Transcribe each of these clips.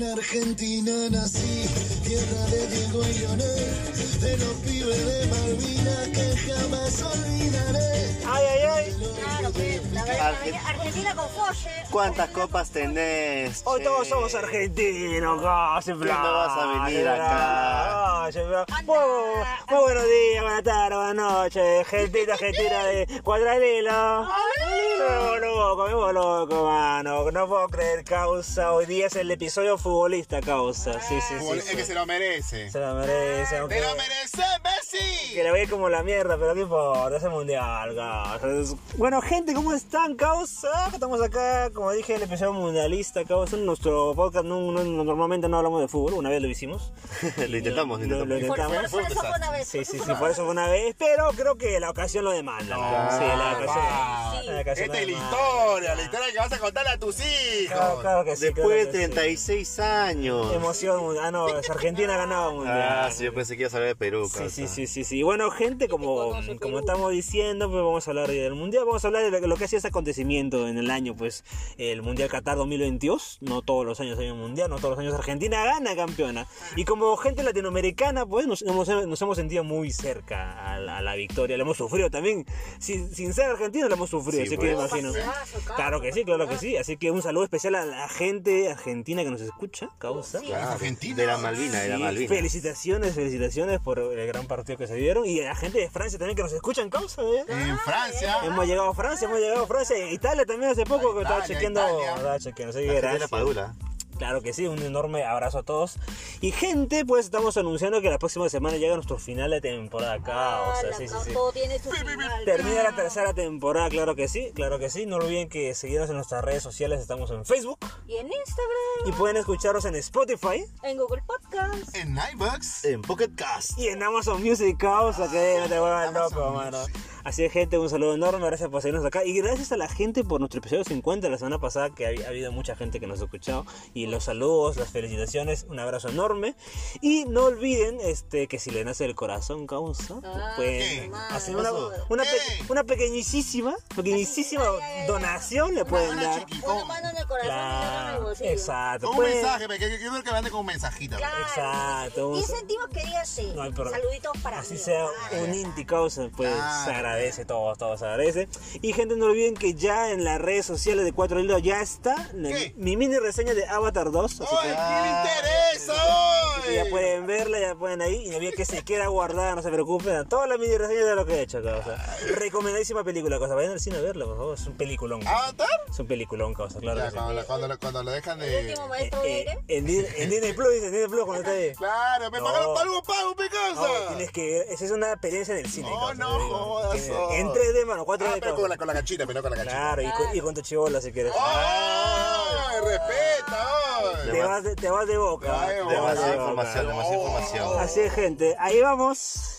Argentina nací, tierra de Diego y Leonel, de los pibes de Malvinas que jamás olvidaré. Ay, ay, ay. Claro, pues, la verdad, Argentina con Foche. ¿Cuántas copas tenés? Hoy che? todos somos argentinos, casi. ¿Qué me vas a venir acá? Muy buenos días, buenas tardes, buenas noches. Gentita de Cuadranilo. Me vuelvo loco, mano. No puedo creer, causa. Hoy día es el episodio futbolista, causa. Sí. Es que se lo merece. Se lo merece, aunque... ¡Te lo mereces, Messi! Que le voy como la mierda, pero ¿qué importa? Es el mundial, causa. Bueno, gente, ¿cómo están, causa? Estamos acá, como dije, el episodio mundialista, causa. En nuestro podcast normalmente no hablamos de fútbol, una vez lo hicimos. Lo intentamos. Lo intentamos. Por eso fue una vez. Sí, por eso fue una vez, pero creo que la ocasión lo demanda. Sí, la ocasión. Esta es la historia que vas a contarle a tus hijos. Claro que sí. Después claro de que 36 años. Emoción, no, es Argentina ganaba mundial. Sí, yo pensé que ibas a hablar de Perú. Sí. Bueno, gente, como estamos diciendo, pues vamos a hablar del mundial, vamos a hablar de lo que ha sido ese acontecimiento en el año, pues el Mundial Qatar 2022. No todos los años hay un mundial, no todos los años Argentina gana campeona. Y como gente latinoamericana, pues nos hemos sentido muy cerca a la victoria, la hemos sufrido también. Sin ser argentinos, la hemos sufrido, Sí, así que pues. imagino. Claro que sí. Así que un saludo especial a la gente argentina que nos escucha, causa. Claro, Argentina. de la Malvina, Felicitaciones por el gran partido que se dieron. Y a la gente de Francia también que nos escucha en causa, ¿eh? En Francia. Hemos llegado a Francia. Italia también hace poco que estaba chequeando. Así que La Padula. Claro que sí, un enorme abrazo a todos. Y gente, pues estamos anunciando que la próxima semana llega nuestro final de temporada, causa. Sí. Todo tiene su final. Termina la tercera temporada, claro que sí. No olviden que seguirnos en nuestras redes sociales, estamos en Facebook. Y en Instagram. Y pueden escucharnos en Spotify. En Google Podcast. En Nightbox. En Pocket Cast. Y en Amazon Music, causa, que no te vuelvas loco, mano. Así es, gente, un saludo enorme, gracias por seguirnos acá. Y gracias a la gente por nuestro episodio 50 la semana pasada, que ha habido mucha gente que nos ha escuchado. Y los saludos, las felicitaciones, un abrazo enorme. Y no olviden que si le nace el corazón, causa, pueden hacer una pequeñísima donación, le pueden dar. Una mano en el corazón y otra en el bolsillo. Exacto. Un mensaje, que yo creo que mande con un mensajito. Claro. Exacto. Y sentimos que diga sí. No hay problema. Saluditos para Así mí. sea un inti causa, pues Claro. se agradece, todo se agradece. Y gente, no olviden que ya en las redes sociales de 4 Hilos ya está mi mini reseña de Avatar 2. Así ¡Ay, qué le interesa que hoy! ya pueden verla, ya pueden ahí. Y no olviden que se queda guardada, no se preocupen. Todas las mini reseñas de lo que he hecho, causa. Recomendadísima película, causa. Vayan al cine a verla, por favor. Es un peliculón. ¿Avatar? Es un peliculón, causa, claro. Ya, que sí. cuando lo dejan El de... último maestro de aire. En Disney Plus, cuando está ahí. Claro, me pagaron para un pago, mi No, cosa. tienes que ver, esa es una experiencia en el cine. causa, No te digo. jodas. En 3D, mano, 4D. Pero causa. con la canchita, pero no con la canchita. Claro, y con tu chibola si quieres. ¡Ay, respeta! Te vas de boca. Ay, Demasiada boca. información. Así es, gente. Ahí vamos.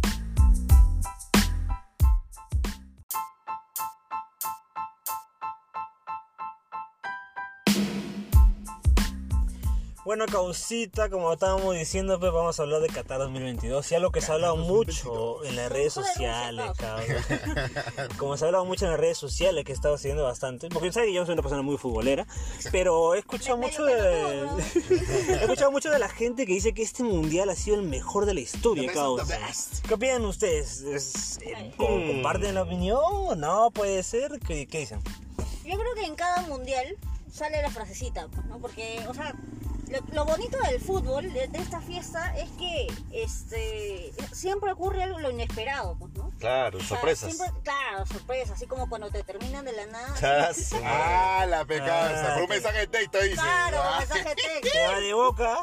Bueno, causita, como estábamos diciendo, pues vamos a hablar de Qatar 2022. Y algo que se ha hablado mucho en las redes sociales, cabrón. Como se ha hablado mucho en las redes sociales, que he estado siguiendo bastante. Porque sabes que yo soy una persona muy futbolera, pero he escuchado mucho he escuchado mucho de la gente que dice que este mundial ha sido el mejor de la historia, cabrón. ¿Qué opinan ustedes? ¿Comparten la opinión o no? ¿Puede ser? ¿Qué dicen? Yo creo que en cada mundial sale la frasecita, pues, ¿no? Porque, o sea, lo bonito del fútbol, de esta fiesta, es que siempre ocurre algo lo inesperado, pues, ¿no? Claro, O sea, sorpresas. claro, sorpresas, así como cuando te terminan de la nada. Ah, la pecada. Por un mensaje de texto dice. Claro, un mensaje de texto. Te va de boca.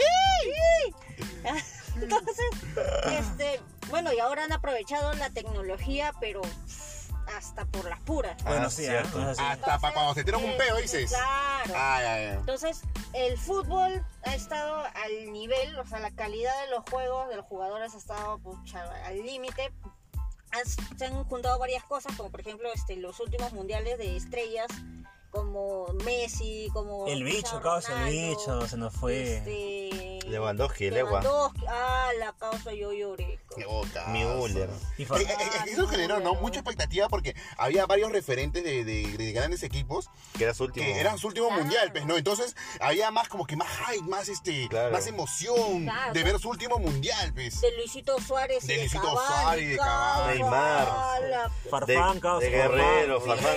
Entonces, bueno, y ahora han aprovechado la tecnología, pero hasta por las puras. Bueno, sí, cierto. ¿no? Es así. Hasta para cuando se tiran un peo, dices. Claro. Ay. Entonces, el fútbol ha estado al nivel, o sea, la calidad de los juegos, de los jugadores ha estado al límite. Se han juntado varias cosas, como por ejemplo los últimos mundiales de estrellas como Messi, como El bicho, Cristiano causa, el Ronaldo, bicho, se nos fue. Lewandowski, el Egua. La causa yo lloré. Müller. Y Eso generó, ¿no? Mucha expectativa porque había varios referentes de grandes equipos Que era su último. que eran su último Claro. mundial, pues, ¿no? Entonces había más como que más hype, más Claro. más emoción Claro. de ver su último mundial, pues. De Luisito Suárez y De de Luisito Cavani, Suárez y de Cavani. Neymar. Farfán, causa. de Guerrero, Farfán.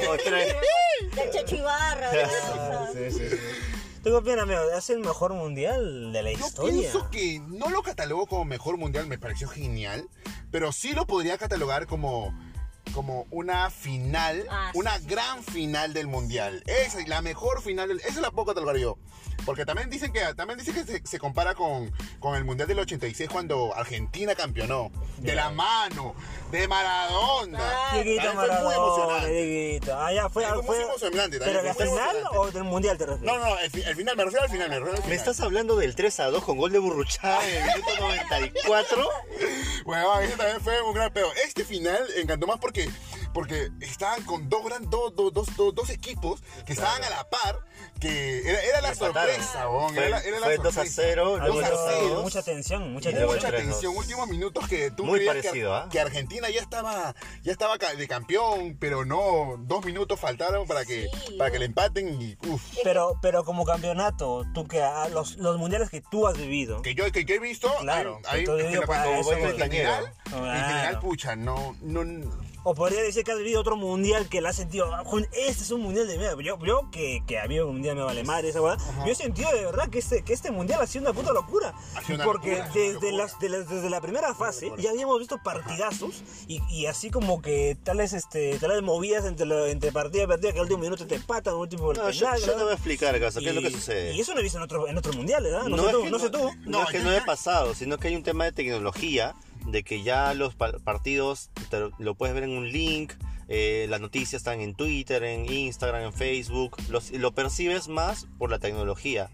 Del Checho Ibarra, causa. ¿Tú qué opinas, amigo? ¿Es el mejor mundial de la Yo historia? pienso que no lo catalogo como mejor mundial, me pareció genial, pero sí lo podría catalogar como una final, una gran final del mundial. Esa es la mejor final, esa la puedo catalogar yo. Porque también dicen que se compara con el mundial del 86 cuando Argentina campeonó. De la mano, de Maradona. Dieguito También fue muy Maradona, emocionante. Dieguito. Ah, ya fue. Fue muy emocionante, ¿Pero también la fue muy final emocionante. o del mundial te refieres? No, el final, me refiero al final. ¿Me estás hablando del 3-2 con gol de Burruchaga en el minuto 94? Bueno, ese también fue un gran pedo. Este final encantó más porque estaban con dos equipos que estaban a la par, que era la sorpresa, weón. Era la Fue 2-0, Hay luego 2-0. mucha tensión, mucha Y luego tensión. Mucha 3-2. tensión, últimos minutos que tú Muy creías parecido, que Argentina ya estaba de campeón, pero no, 2 minutos faltaron para que le empaten y Pero como campeonato, tú que los mundiales que tú has vivido. que yo he visto, Claro, hay que tú digo, en para eso, general, Claro. pucha, no O podría decir que has vivido otro mundial que la has sentido. Este es un mundial de mierda. Yo que a mí un mundial me vale madre esa weá. Yo he sentido de verdad que este mundial ha sido una puta locura. Ha sido una Porque locura, desde la primera fase ya habíamos visto partidazos y así como que tales movidas entre partida y partida que al último minuto te empatan, al último No, yo te voy a explicar, Caso, qué es lo que sucede. Y eso no he visto en otros mundiales, ¿verdad? No sé tú. No es que no haya pasado, sino que hay un tema de tecnología, de que ya los partidos lo puedes ver en un link, las noticias están en Twitter, en Instagram, en Facebook, lo percibes más por la tecnología.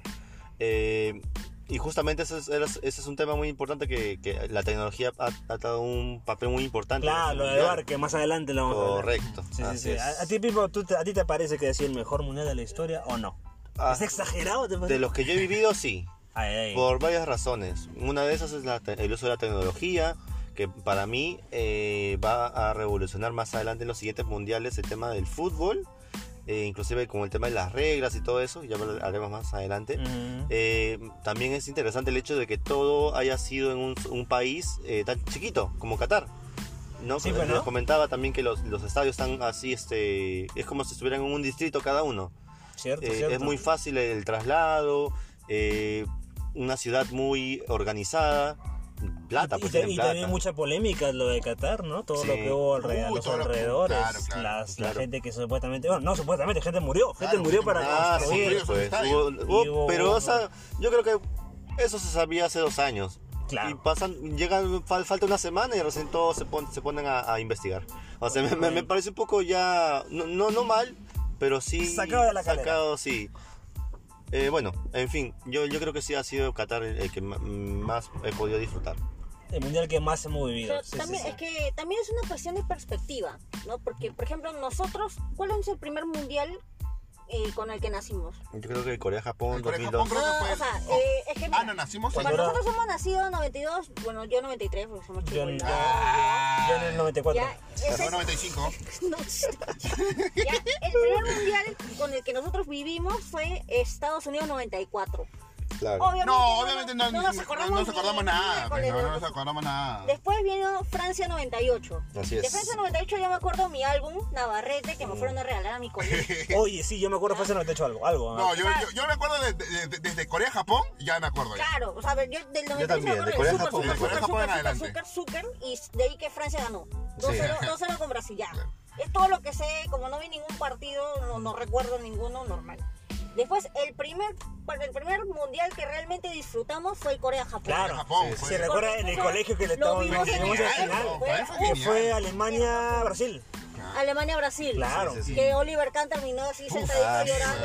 Y justamente ese es un tema muy importante que la tecnología ha dado un papel muy importante. Claro, en lo este de mundial. Bar, que más adelante lo vamos a hablar. Correcto. Sí, así sí, sí. es. ¿A ti, Pipo, a ti te parece que ha sido el mejor mundial de la historia o no? Ah, ¿Es exagerado? ¿Te parece? de los que yo he vivido, sí. Ay. Por varias razones. Una de esas es el uso de la tecnología, que para mí va a revolucionar más adelante en los siguientes mundiales el tema del fútbol, inclusive con el tema de las reglas y todo eso, ya hablaremos más adelante. También es interesante el hecho de que todo haya sido en un país tan chiquito como Qatar, ¿no? Sí, pues, ¿no? Les comentaba también que los estadios están así, es como si estuvieran en un distrito cada uno. Cierto. Es muy fácil el traslado, una ciudad muy organizada, plata, pues tienen y plata. también mucha polémica lo de Qatar, ¿no? Todo Sí. lo que hubo alrededor, los todo lo que- alrededores, claro, la gente que supuestamente, bueno, no supuestamente, gente murió para Sí, construir. pues, estadios. pero o sea, yo creo que eso se sabía hace 2 años. Claro. Y falta una semana y recién todos se ponen a investigar. O sea, me parece un poco ya, no mal, pero sí Sacado de la calera. sacado, sí. Bueno, en fin, yo creo que sí ha sido Qatar el que más he podido disfrutar. El mundial que más hemos vivido. Pero Sí, también, sí, sí. es que también es una cuestión de perspectiva, ¿no? Porque, por ejemplo, nosotros, ¿cuál es el primer mundial con el que nacimos? Yo creo que Corea-Japón El Corea-Japón 2002. creo que fue o sea, es que no mira, nacimos cuando en- nosotros hemos nacido en 92, bueno, yo en 93, porque somos Yo chicos. yo en el 94. Ya, ese Fue 95. no, ya, el primer mundial con el que nosotros vivimos fue Estados Unidos 94. Claro. Obviamente no nos acordamos nada. pues, ni no nos miércoles. acordamos nada. Después vino Francia 98. Así De es. Francia 98 yo me acuerdo mi álbum Navarrete que me fueron a regalar a mi colegio. Oye, sí, yo me acuerdo, fue hace 98 algo. No, yo me acuerdo desde Corea-Japón, ya me acuerdo. Ya. Claro, o sea, yo del 98 también, me acuerdo de Corea a del Japón. De Corea a Japón en adelante. Súper, y de ahí que Francia ganó. 2-0 2-0 con Brasil, ya. Claro. Es todo lo que sé, como no vi ningún partido, no recuerdo ninguno, normal. Después, el primer mundial que realmente disfrutamos fue el Corea-Japón. Claro. Japón, Sí, fue. se recuerda en el colegio que le Lo estábamos vimos en vimos el al final. fue- Fue Que genial. fue Alemania-Brasil. Alemania-Brasil. Claro. Sí. Que Oliver Kahn terminó así sentadito llorando.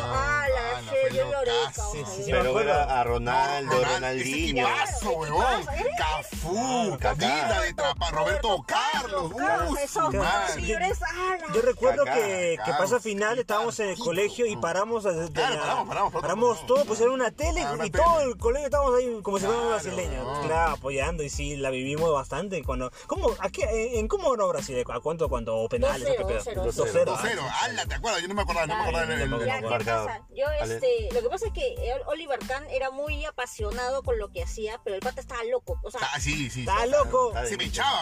Yo lloré, Sí, cabrón. me Pero acuerdo. era a Ronaldo, Ese Ronaldinho. equipazo, huevón. Cafú, Dida de Trapa, Roberto Carlos. Eso, man. sí, lloré, Yo recuerdo Kaká, que pasó final, estábamos en el colegio y paramos paramos todo, pusieron una tele y todo el colegio estábamos ahí como si fuéramos brasileños, claro, apoyando y sí, la vivimos bastante cuando ¿en cómo ganó Brasil? ¿A cuánto o penales? 2-0. 2-0, ala, ¿te acuerdas? Yo no me acordaba, Ya, ¿qué marcador. pasa? Lo que pasa es que Oliver Kahn era muy apasionado con lo que hacía, pero el pata estaba loco. O sea, Sí. Está loco. Se me echaba,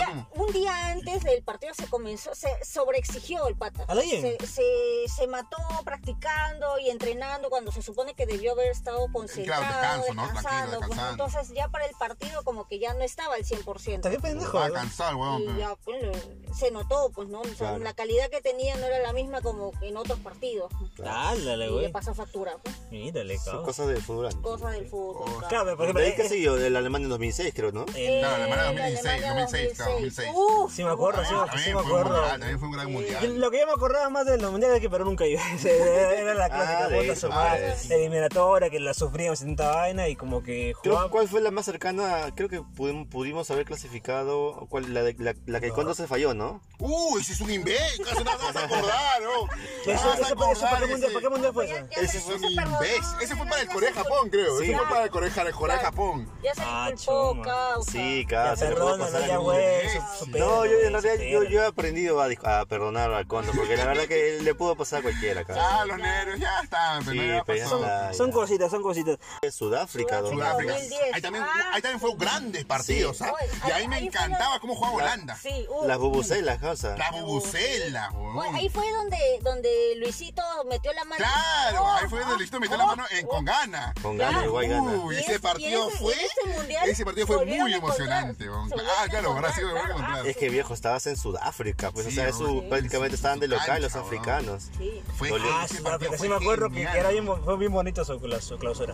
un día antes del partido se sobreexigió el pata. ¿A la bien? Se mató practicando y entrenando cuando se supone que debió haber estado concentrado, Claro, descanso, ¿no? Tranquilo, descansando. Pues, descansando. entonces ya para el partido como que ya no estaba al 100%. Está bien pendejo. Estaba cansado, huevón. Y ya, pues, se notó, pues, ¿no? O sea, Claro. la calidad que tenía no era la misma como en otros partidos. Dale, Y le güey. pasó factura, pues. Mírale, Son cabrón. cosas de fútbol. Cosas del fútbol. claro. Claro, pero por ejemplo, ¿De ahí qué siguió? Del Alemania en 2006, creo, ¿no? Claro, Alemania La 2016, Alemania 2006. Uf, Sí me acuerdo, sí me También acuerdo. también fue un gran mundial. Lo que yo me acordaba más de los mundiales es que Perú nunca iba. Era la clásica de vuelta eso, la eliminatoria, que la sufríamos en tanta vaina y como que jugábamos. ¿Cuál fue la más cercana? Creo que pudimos haber clasificado. La que cuando se falló, ¿no? Ese es un imbécil, casi no te vas a acordar, ¿no? ¿Eso para qué mundial fue eso? Ese fue un imbécil. Ese fue para el Corea-Japón, creo. Sí. Ese fue para el Corea-Japón. Ya se Ah, disculpó, chuma. causa. Sí, Ya casi. perdónalo, ya güey. No, yo en realidad yo he aprendido a perdonar al Condo, porque la verdad que le pudo pasar a cualquiera acá. Ah, los negros, ya están, pero Sí, ya pero ya pasó. está. Son cositas. Sudáfrica, ¿no? Sudáfrica. 2010. Ahí también fue grandes partidos, Sí. ¿sabes? Y ahí me Ahí fue encantaba cómo jugaba Holanda. Sí, Las bubucelas, cosas. La bubucela, Bueno, ahí fue donde Luisito metió la mano. Claro, ahí fue donde Luisito metió la mano con gana. Con ganas, Uruguay gana. Uy, ese partido fue. Ese partido fue muy emocionante. Claro, Brasil volvió a encontrar. Es que viejo, estabas en Sudáfrica, pues, Sí, o sea, sí. prácticamente estaban de local los Cancha, africanos. Sí. Fue Ah, ese sí, partido sí fue me acuerdo que genial. era fue bien bonito su clausura.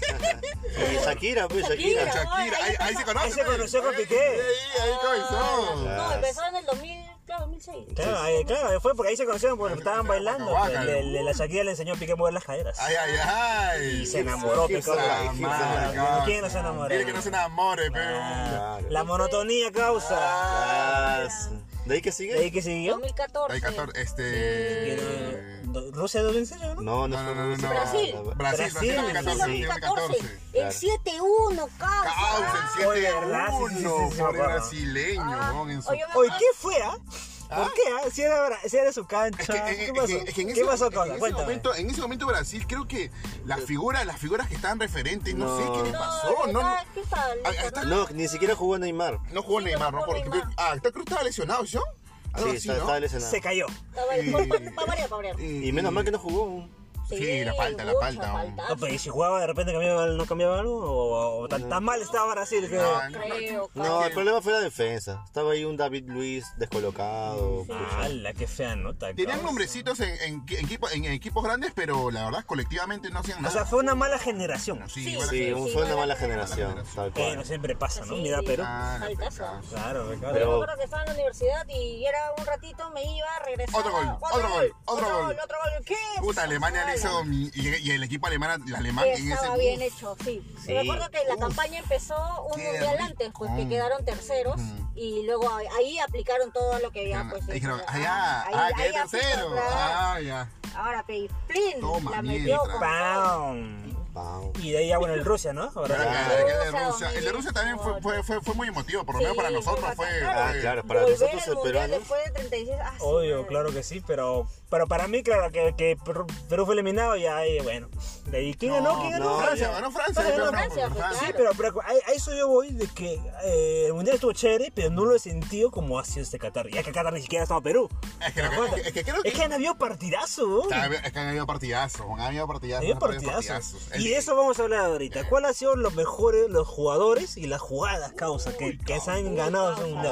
Y Shakira, pues, Shakira. Shakira, ahí se conoce. Ahí se conoció con Piqué. Ahí comenzó. No, empezó en el 2006. Claro, fue porque ahí se conocieron porque estaban bailando. Waka, Waka. La Shakira le enseñó a Piqué a mover las caderas. Ay. Y se enamoró, Piqué. Ah, madre, ¿Quién no se enamoró? Dile que no se enamore, pero. Claro. La monotonía causa. Ah, ¿de ahí que ¿De sigue? ahí que siguió? 2014. Hay 14, ¿Rusia 2006 o no? No, No. Brasil. Brasil, Brasil, 2014. El 7-1, causa. Causa el Oye, ¿verdad? Sí, 7-1 me por el acuerdo. brasileño, ¿no? En su- Oye, Oye, ¿qué fue, ¿Por qué? Si era su cancha. ¿Qué pasó? ¿Qué pasó, causa? Cuéntame. En ese momento Brasil creo que las figuras que estaban referentes, no sé qué le No, pasó, ¿qué tal? está- No, ni siquiera jugó Neymar. no jugó Sí, Neymar, no ¿no? jugó Porque Neymar. creo que estaba lesionado, ¿sí? Algo Sí, así, ¿no? estaba lesionado. Se cayó. Para variar. Y menos mal que no jugó. Sí, la falta. No, pero ¿y si jugaba de repente no cambiaba algo? ¿O tan mal estaba Brasil que.? Creo. No, el problema fue la defensa. Estaba ahí un David Luiz descolocado. pucha. ¡Hala, qué fea nota! Tenían causa. nombrecitos en equipos grandes, pero la verdad colectivamente no hacían O nada. sea, fue una mala generación. Sí, Sí, bueno, Sí, fue una mala generación. generación, tal Que no cual. siempre pasa, ¿no? Sí. Mira Perú. Faltazo. Claro, Yo claro. me acuerdo que estaba en la universidad y era un ratito, me iba, regresaba. Otro gol. ¿Qué? Puta, Alemania le hizo y el equipo alemán en Estaba ese bien hecho, sí. Sí. Me acuerdo que la campaña empezó un Qué mundial rico. antes, pues que quedaron terceros y luego ahí aplicaron todo lo que había pues. Dijeron, hecho. quedé ahí tercero. aplicó, claro. Ya. Ahora, Plin, Toma, la mientras. metió con ¡Pam! Pau. Y de ahí ya, bueno, el Rusia, ¿no? Ahora Ahora, el de Rusia también fue muy emotivo, por lo menos para nosotros fue. Ah, claro, para volver nosotros al el mundial peruano. después de 36. Ah, sí, obvio, madre. claro que sí, pero para mí, claro, que Perú fue eliminado y ahí, bueno. De ahí, ¿quién ganó? ¿Quién ganó? no, Francia, ganó Francia. Ganó Francia, pues, Sí, claro. pero a eso yo voy de que el mundial estuvo chévere, pero no lo he sentido como ha sido este Qatar. Ya que Qatar ni siquiera ha estado Perú. Es que ¿Te das cuenta? creo que Es que han habido partidazo, ¿no? Es que han habido partidazos, partidazos. Y de eso vamos a hablar ahorita. ¿Cuál ha sido los mejores, los jugadores y las jugadas, causa, que se han ganado ese mundial?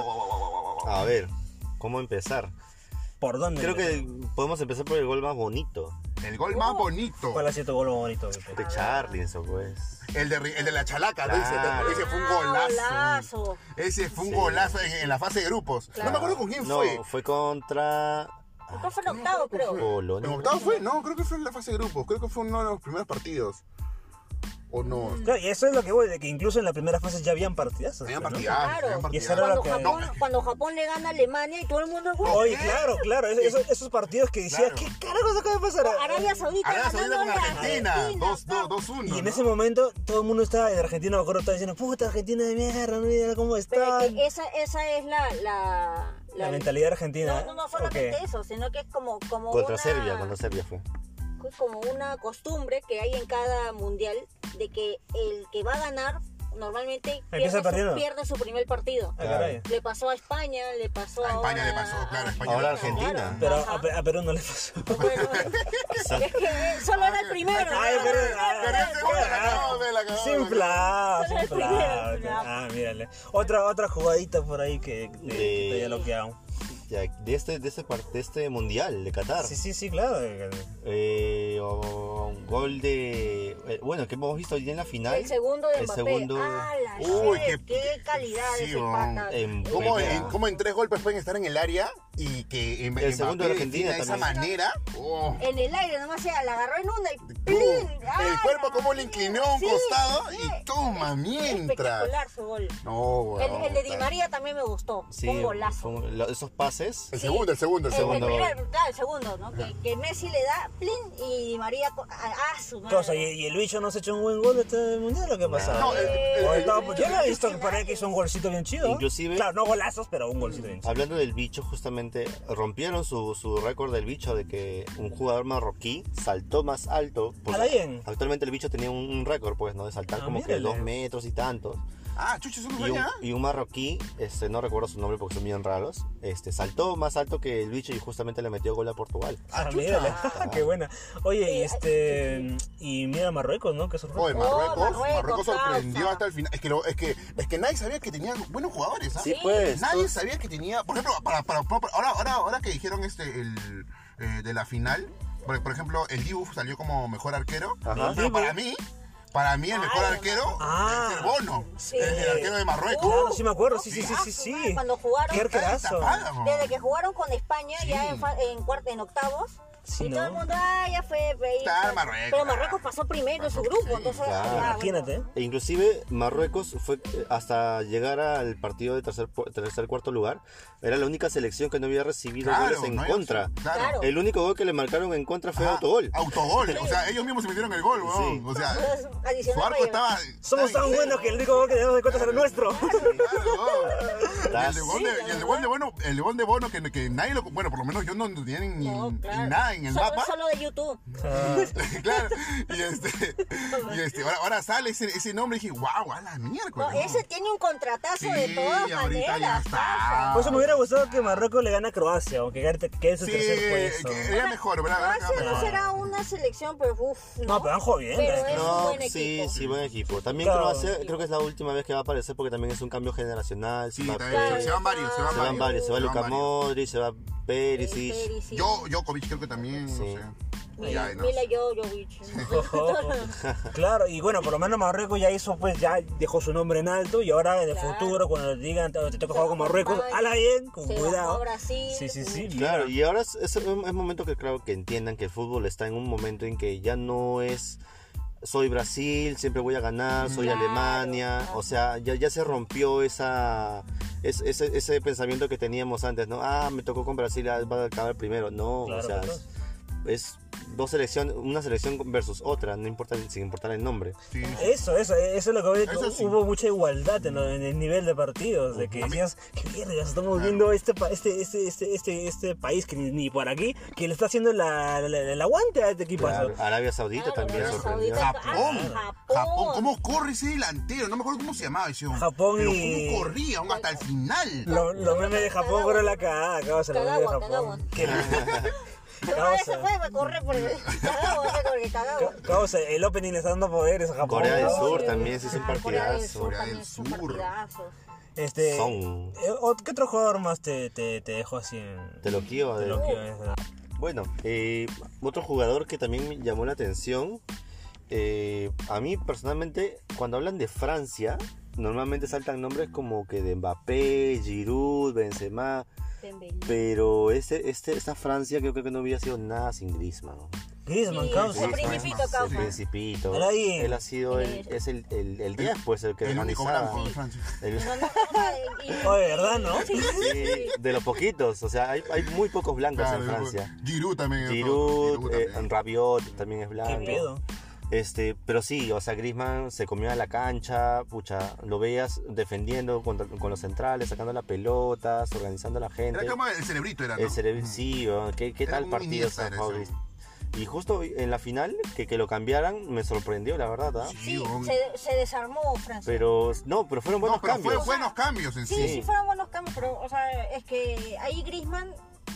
A ver, ¿cómo empezar? ¿Por dónde? Creo que podemos empezar por el gol más bonito. El gol más bonito. ¿Cuál ha sido tu gol más bonito? Pepe? De Charlinson, pues. El de la chalaca, ¿no? Claro. Ese fue un golazo. Golazo. Ese fue un golazo en la fase de grupos. Claro. No me acuerdo con quién No, fue. fue contra ¿Cuál fue el octavo, creo? Polonia. ¿En octavo fue? No, creo que fue en la fase de grupos. Creo que fue uno de los primeros partidos. ¿O no? Claro, y eso es lo que voy, de que incluso en la primera fase ya habían partidazos. Habían ¿no? partidazos, Claro. habían Y eso era partidazos. lo que- Cuando Japón le gana a Alemania y todo el mundo... Oye, claro, esos partidos que decías, Claro. ¿qué carajos acaba de pasar? Arabia Saudita Arabia Saudita con ganándole a Argentina. Argentina. 2-1. Y en ¿no? ese momento todo el mundo estaba, en Argentina me acuerdo, estaba diciendo, puta, Argentina de mierda, no mira cómo Pero está. es que esa es La mentalidad argentina. No ¿o solamente qué? eso, sino que es como Contra una, Serbia fue. como una costumbre que hay en cada mundial de que el que va a ganar normalmente Empieza perdiendo. pierde su primer partido. Ah, caray. Le pasó a España, le pasó A España ahora le pasó, claro, a España Ahora le pasó. Argentina. Pero Ajá. a Perú no le pasó. Bueno, es que solo era el primero. Ay, pero- Pero ese gol la acabamos de la acabamos. Sin plan, Solo el sin primero, plan. el primero. Ah, mírale. Otra jugadita por ahí que te haya bloqueado. Ya, de este mundial de Qatar. Sí, claro. Un gol de. Bueno, que hemos visto hoy en la final. El segundo de El Mbappé. segundo. Ah, la Uy, shit, qué calidad sí, ese weón. pata. ¿Cómo en 3 golpes pueden estar en el área y que El segundo de Argentina de esa también. manera? Oh. En el aire nomás se la agarró en una y ¡Pum! ¡plin! El cuerpo como le inclinó a un Sí, costado sí. y toma mientras. Espectacular su gol. No, weón. El de Di María también me gustó. Sí, Fue un golazo. esos pases. El segundo. El segundo, ¿no? Que Messi le da plin y Di María su madre. Cosa, ¿y el bicho no se echó un buen gol este mundial o qué pasa? No, Yo no he visto que para que hizo un golcito bien chido. Inclusive- Claro, no golazos, pero un golcito bien chido. Hablando del bicho, justamente rompieron su récord del bicho de que un jugador marroquí saltó más alto. ¿A la bien? Actualmente el bicho tenía un récord, pues, ¿no? De saltar Ah, como que mírale. 2 metros y tantos. Chucho, eso no Y un, sabía. y un marroquí, no recuerdo su nombre porque son bien raros, saltó más alto que el bicho y justamente le metió gol a Portugal. Ah, mírale, qué buena. Oye, y mira Marruecos, ¿no? Que sorpresa. Oye, Marruecos Marruecos, sorprendió causa. hasta el final. Es que nadie sabía que tenía buenos jugadores, ¿ah? Sí, pues. Nadie sabía que tenía. Por ejemplo, ahora que dijeron de la final, por ejemplo, el Dibu salió como mejor arquero. Ajá. Pero para mí el mejor arquero es el Bono, Sí. el arquero de Marruecos. Claro, sí me acuerdo, sí. Cuando jugaron, Qué arquerazo. desde que jugaron con España, Sí. ya en octavos, Sí, y ¿no? todo el mundo, ya fue. Claro, Marruecos. Pero Marruecos pasó primero en su grupo, entonces. claro. ya, bueno. Imagínate. E inclusive Marruecos fue hasta llegar al partido de tercer cuarto lugar. Era la única selección que no había recibido goles en no había contra. opción. Claro. Claro. El único gol que le marcaron en contra fue Ajá, autogol. Autogol. O sea, ellos mismos se metieron el gol, weón. Sí. O sea, Entonces, adicional su arco para estaba. Somos tan buenos que el único gol que debemos de cuenta será nuestro. Claro, y el de gol de Bono, que nadie lo. Bueno, por lo menos yo no tenía ni claro. nada en el mapa. Solo de YouTube. Claro. Y ahora sale ese nombre y dije, wow, a la miércoles. No, ese tiene un contratazo de Sí, todas ahorita maneras. ya está. Por eso me hubiera gustado que Marruecos le gane a Croacia, o que quede en su Sí, tercer puesto. que era mejor, ¿verdad? Croacia Era no mejor. será una selección, pero uff. No, pero han jugado bien. Pero es un No, buen sí, equipo. sí, buen equipo. También Claro. Croacia creo que es la última vez que va a aparecer porque también es un cambio generacional. Sí, se va, también, se van varios, se van varios. se va Luka varios. Modric, se va Perisic. Djokovic creo que también, Sí. no sé. Ya, no. Mila Jojovic. Claro, y bueno, por lo menos Marruecos ya hizo, pues ya dejó su nombre en alto y ahora en el Claro. futuro, cuando digan te toca jugar con Marruecos, ala bien, con Se cuidado. bajó a Brasil. Sí. Claro, y ahora es momento que creo que entiendan que el fútbol está en un momento en que ya no es soy Brasil, siempre voy a ganar, soy Claro, Alemania, ajá. o sea, ya se rompió ese pensamiento que teníamos antes, ¿no? Me tocó con Brasil, va a acabar primero. No, Claro, o sea, claro. es dos selecciones, una selección versus otra, no importa, sin importar el nombre. Sí. Eso es lo que veo, Eso sí. hubo mucha igualdad en el nivel de partidos, de que decías, qué mierda, estamos viendo este país que ni por aquí, que le está haciendo el aguante a este equipo. Claro, Arabia Saudita Claro, también Arabia sorprendió. Saudita. Japón, ¿cómo corre ese delantero? No me acuerdo cómo se llamaba ese hombre. Japón Pero y- cómo corría, aún hasta el final. Los memes de Japón fueron la cagada, causa, los memes de Cagagua, Japón. Ese Causa, fue, me corre por el cagado. causa, el opening le está dando poderes a Japón. Corea del ¿no? Sur también se hizo un Corea del partidazo. Sur Corea también del es un Sur. partidazo. Son. ¿Qué otro jugador más te dejó así en... Te lo quiero. te lo quiero, eso? Bueno, otro jugador que también me llamó la atención A mí personalmente, cuando hablan de Francia, normalmente saltan nombres como que de Mbappé, Giroud, Benzema, pero esta Francia creo que no hubiera sido nada sin Griezmann, ¿no? Griezmann, causa. El Principito, causa. El Principito. Era ahí. Él ha sido el 10, pues, el que El único organizaba. blanco de Francia. Oye, ¿verdad, no? Sí. Sí, de los poquitos, o sea, hay muy pocos blancos Claro, en Francia. Giroud también. Giroud, también. Rabiot también es ¿Qué blanco. pedo? Pero sí, o sea, Griezmann se comió a la cancha, pucha, lo veías defendiendo con los centrales, sacando la pelota, organizando a la gente. Era como el cerebrito, era, ¿no? El cerebro, sí, ¿qué Era tal como partido Iniesta, se ha era jugado eso. Griezmann? Y justo en la final, que lo cambiaran, me sorprendió, la verdad, ¿ah? Sí, weón. se desarmó Francia. Pero fueron buenos No, pero cambios. fue buenos cambios en Sí, sí. sí fueron buenos cambios, pero, o sea, es que ahí Griezmann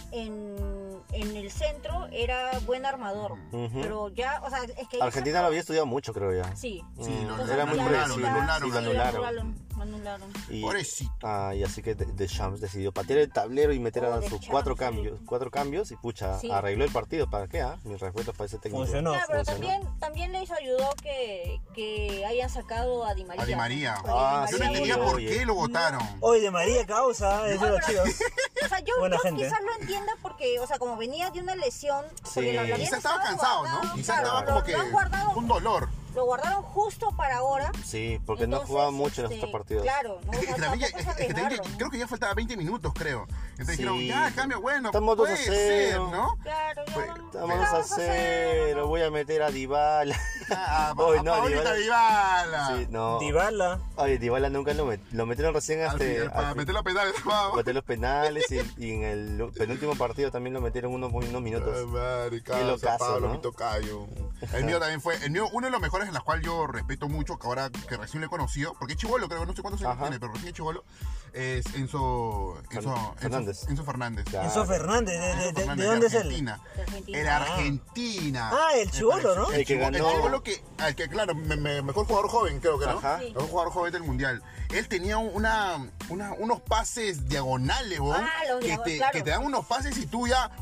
en el centro era buen armador, Ujú. pero ya, o sea, es que... Argentina lo había estudiado mucho, creo ya. Sí. Sí, lo Entonces, era muy ya- predecible. ya- Lo sí, anularon. lo anularon. Y, Pobrecito. y así que Deschamps decidió patear el tablero y meter a sus Deschamps, cuatro sí. cambios y pucha, Sí. arregló el partido. ¿Para qué? Mis respetos para ese técnico. Funcionó. Claro, pero funcionó. también les ayudó que hayan sacado a Di María. A Di María. Porque Ah, Yo Di no María- entendía por oye. qué lo votaron. Oye, de María causa, eso es lo chido. O sea, yo Buena gente. quizás lo entienda porque, o sea, como venía de una lesión, porque Sí. lo habían Quizás estaba cansado, ¿no? guardado, Quizás claro, estaba lo- como que lo han guardado, un dolor. lo guardaron justo para ahora. Sí, porque no Entonces, jugaba mucho en los otros partidos. Claro, no, Es que o sea, también tampoco es es que también arriesgarlo, creo que ya faltaba 20 minutos, creo. Entonces Sí. dijeron, ya, cambio, bueno, Estamos 2 a puede ser, 0. ¿no? Claro, ya Pues, vamos- Estamos ya 2 a vamos 0, voy a meter a Dybala. Hoy Hoy no, Paulita Dybala. Sí, no. Dybala. Oye, Dybala nunca lo metieron recién Al final, para al meter los pedales, vamos. meter los penales y en el penúltimo partido también lo metieron unos minutos. Ay, madre, Qué locazo, Pablo, ¿no? mi tocayo. El mío también fue, uno de los mejores en los cuales yo respeto mucho, que ahora que recién lo he conocido, porque es chibolo, creo, no sé cuántos años Ajá. tiene, pero recién es chibolo, es Enzo Fernández. Enzo Fernández. Claro. Enzo Fernández, Enzo ¿de Fernández, dónde es él? Argentina. De Argentina. Era Ah. Argentina. Ah, el Me chibolo, parece. ¿no? El que ganó. El chibolo que claro, mejor jugador joven, creo que, ¿no? Ajá. Sí. Mejor jugador joven del mundial. Él tenía unos pases diagonales, ¿no? Ah, los claro. Que te dan unos pases y tú ya,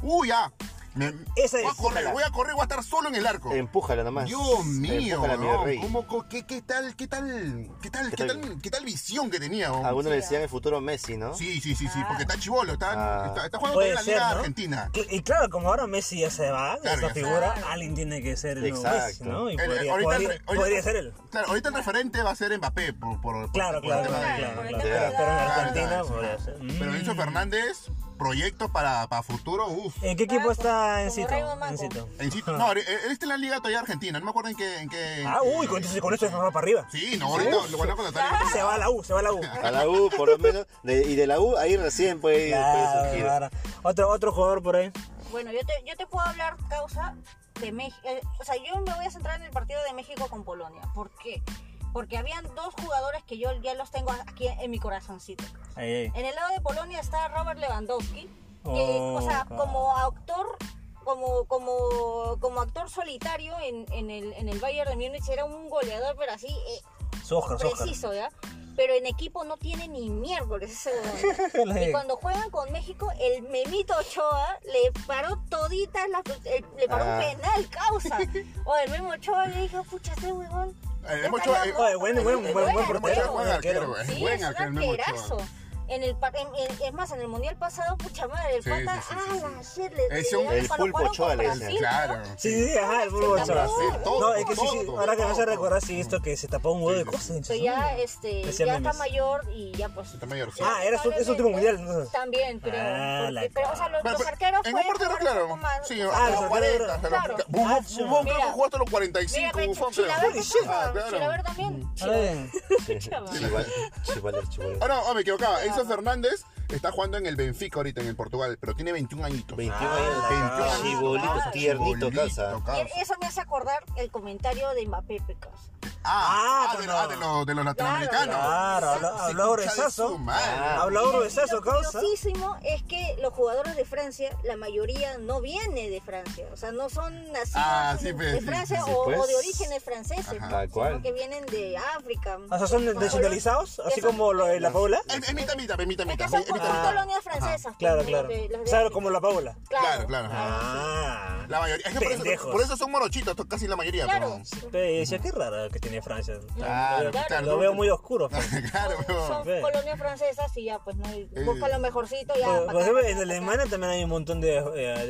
Esa voy a es. correr, voy a estar solo en el arco. Empújala nomás. Dios mío, Empújala, mi ¿no? rey. ¿Qué tal visión que tenía? ¿no? Algunos le Sí, decían el futuro Messi, ¿no? Sí, porque está chivolo, está jugando Puede en la ser, Liga ¿no? Argentina. Y claro, como ahora Messi ya se va, Claro, esta ya se figura, va. alguien tiene que ser el nuevo Exacto. Messi, ¿no? Y Ahorita podría ser él. Claro, ahorita el referente va a ser Mbappé por Claro, por claro, el tema claro, de- claro, por el claro. tema de Pero en edad. Argentina Claro, podría ser. Pero Enzo Fernández, proyectos para futuro, uff. ¿En qué equipo Ah, está como Encito? Raymond Manco. Encito. No, él está en la liga todavía argentina, no me acuerdo en qué. Ah, uy, entonces con esto se va para arriba. Sí, no, ahorita lo van a contratar. Se va a la U, se va a la U. A la U, por lo menos. Y de la U, ahí recién puede Claro, surgir. claro. Otro jugador por ahí. Bueno, yo te puedo hablar, causa, de México. O sea, yo me voy a centrar en el partido de México con Polonia. ¿Por qué? Porque habían dos jugadores que yo ya los tengo aquí en mi corazoncito. Ahí, ahí. En el lado de Polonia está Robert Lewandowski, que, Oh, o sea, claro. como actor, como actor solitario en el Bayern de Múnich era un goleador, pero así Su Oscar. preciso, ¿ya? Pero en equipo no tiene ni miércoles ese huevón. Y cuando juegan con México, el Memito Ochoa le paró toditas le paró un penal, causa. O el Memo Ochoa le dijo, pucha, este huevón. El Memo Ochoa, Oye, buen portero. buen arquero, arquero. es Sí, buen es un arquero el Memo arquerazo. Ochoa. Es más, en el mundial pasado, pucha madre, el Sí, pata, sí, la shit, le Es un- le- el cuando pulpo jugaron Ochoa con le dicen. Brasil, Claro. ¿no? Sí, ajá, el fútbol Se Ochoa. tapó. Sí, todo, No, es que sí, todo, ahora que me hace todo. recordar, sí, esto que se tapó un huevo de cosas. Pero ya, Decía ya está memes. mayor y ya pues... Está mayor, sí. Ah, era su último mundial, entonces. También, creo. Ah, la pero, o sea, los Pero, arqueros en un portero, claro. Sí, Ah, a los los 40. arqueros, claro. Buffon creo que Mira. jugó hasta los 45. Mira, Buffon, Chilaver creo. también. Claro. Chilaver también. Chivaler. Ah, no, me equivocaba. Enzo Fernández está jugando en el Benfica ahorita, en el Portugal, pero tiene 21 añitos. 21 años. 21 Chibolito, Ah, tiernito, Chibolito, casa. causa. Eso me hace acordar el comentario de Mbappé, pecas. De los latinoamericanos. Claro, habló gruesazo. Habló gruesazo, causa. Lo curiosísimo es que los jugadores de Francia, la mayoría no viene de Francia. O sea, no son nacidos de Francia o de orígenes franceses, sino que vienen de África. O sea, ¿son descentralizados? Así como lo de la Paula. Es mitad. Son colonias francesas. Claro. ¿Sabes como la Paula? Claro. La mayoría. Es que por eso son morochitos, casi la mayoría. Claro. Decía, qué raro que tiene Francia. Claro. Lo veo muy oscuro. Son colonias francesas y ya, pues, no buscan lo mejorcito. Por ejemplo, en Alemania también hay un montón de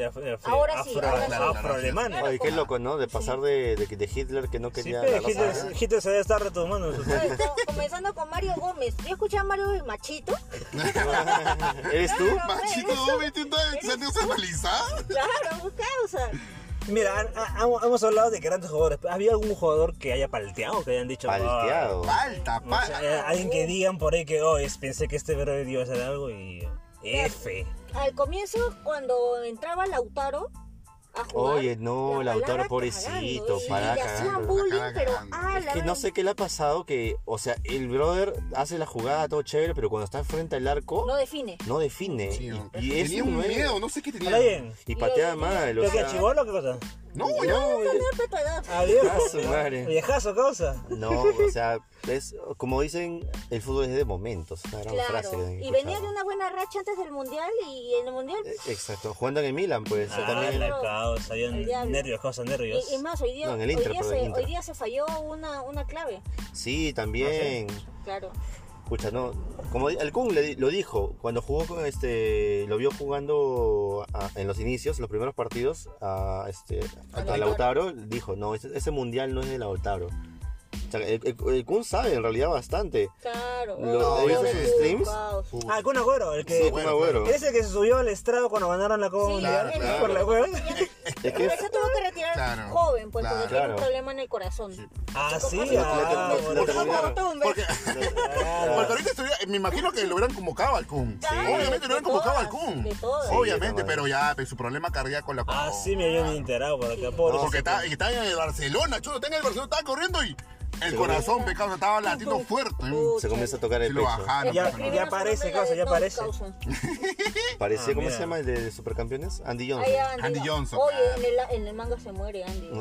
afroalemanes. Oye, qué loco, ¿no? De pasar de Hitler que no quería... Hitler se debe estar retomando. Comenzando con Mario Gómez. Yo escuché a Mario de Machito. ¿Eres tú? Machito Gómez, ¿Santiago Samalizá? Claro, causa. Mira, hemos hablado de grandes jugadores. ¿Había algún jugador que haya palteado? Que hayan dicho... Palteado. Falta. Alguien que digan por ahí que pensé que este brother iba a hacer algo y... F. Al comienzo, cuando entraba Lautaro a jugar... Oye, no, Lautaro pobrecito, para le hacían bullying, pero... Es que no sé qué le ha pasado, que, o sea, el brother hace la jugada todo chévere, pero cuando está frente al arco... No define. Sí, y tenía un miedo, no sé qué tenía. ¿Y pateaba mal. ¿Pero qué, chibolo o qué cosa? No, viejo. Su madre. Viejazo, causa. No, o sea, es como dicen, el fútbol es de momentos. Una gran frase. Y venía de una buena racha antes del mundial y en el mundial. Exacto, jugando en el Milan, pues. También. La causa, nervios. Y más, hoy día se falló una clave. Sí, también. Claro. Escucha, no, como el Kun lo dijo, cuando jugó con lo vio jugando en los inicios, los primeros partidos, a Lautaro, dijo, no, ese mundial no es de Lautaro. O sea, el Kun sabe en realidad bastante. Claro. ¿Viste sus streams? El Kun Agüero, el que... Sí, Kun Agüero. ¿Es el que se subió al estrado cuando ganaron la Copa Mundial? Claro. Por la hueva. Es que se tuvo que retirar joven, pues, porque tiene un problema en el corazón. Porque ahorita me imagino que lo hubieran convocado al Kun. Obviamente lo hubieran convocado al Kun. Obviamente, pero ya su problema cardíaco la Ah, sí, me había enterado por acá. Porque está en el Barcelona, chulo, está en el Barcelona, estaba corriendo y el corazón, pecado, estaba latiendo fuerte. Se comienza a tocar el pecho. Ya aparece, causa, ya aparece. Parecía, ¿cómo se llama el de Supercampeones? Andy Johnson. Andy Johnson. Oye, en el manga se muere Andy.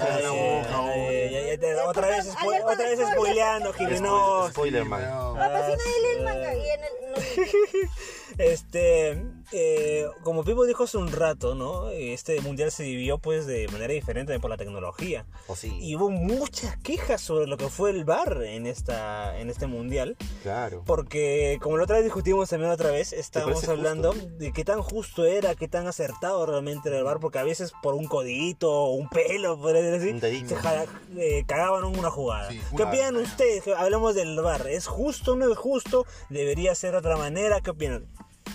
Otra vez spoileando, Jiménez. Spoiler, man. Apasiona él el manga y en como Pipo dijo hace un rato, ¿no? Este mundial se dividió pues de manera diferente por la tecnología. Sí. Y hubo muchas quejas sobre lo que fue el VAR en este mundial. Claro. Porque como la otra vez discutimos también estábamos hablando de qué tan justo era, qué tan acertado realmente era el VAR, porque a veces por un codito o un pelo, por decir, se cagaban una jugada. Sí, ¿qué opinan ustedes? Hablamos del VAR. ¿Es justo o no es justo? ¿Debería ser de otra manera? ¿Qué opinan?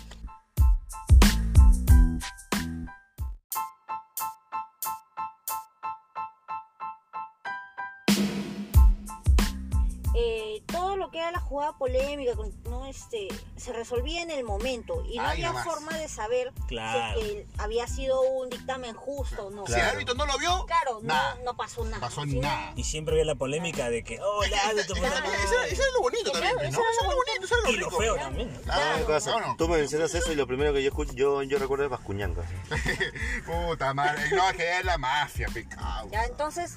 Todo lo que era la jugada polémica, ¿no? Se resolvía en el momento y no había forma de saber si había sido un dictamen justo o no. Si el árbitro no lo vio, no pasó nada. Y siempre había la polémica de que, el árbitro... Eso es lo bonito también, ¿no? Eso es lo bonito, eso es lo rico. Y lo feo también. Tú me mencionas eso y lo primero que yo recuerdo es Bascuñanca. Puta madre, no, que es la mafia, pecado. Ya, entonces,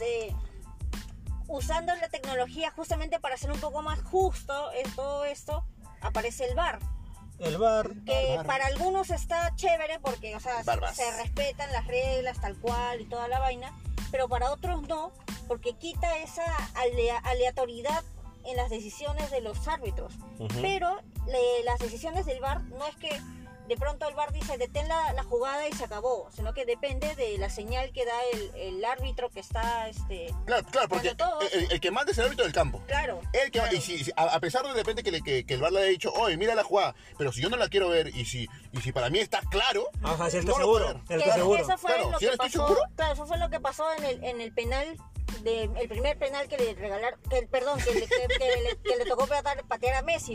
usando la tecnología justamente para hacer un poco más justo en todo esto, aparece el VAR. El VAR. Que para algunos está chévere porque, se respetan las reglas tal cual y toda la vaina, pero para otros no, porque quita esa aleatoriedad en las decisiones de los árbitros. Pero las decisiones del VAR no es que de pronto el VAR dice detén la jugada y se acabó, sino que depende de la señal que da el árbitro que está claro, porque el que manda es el árbitro del campo. Claro. Y si a pesar de repente que el VAR le haya dicho, oye, mira la jugada, pero si yo no la quiero ver y si para mí está claro, ajá, si él no está seguro. Eso fue lo que pasó. ¿Seguro? Claro, eso fue lo que pasó en el penal. El primer penal que le regalaron, que le tocó patear a Messi.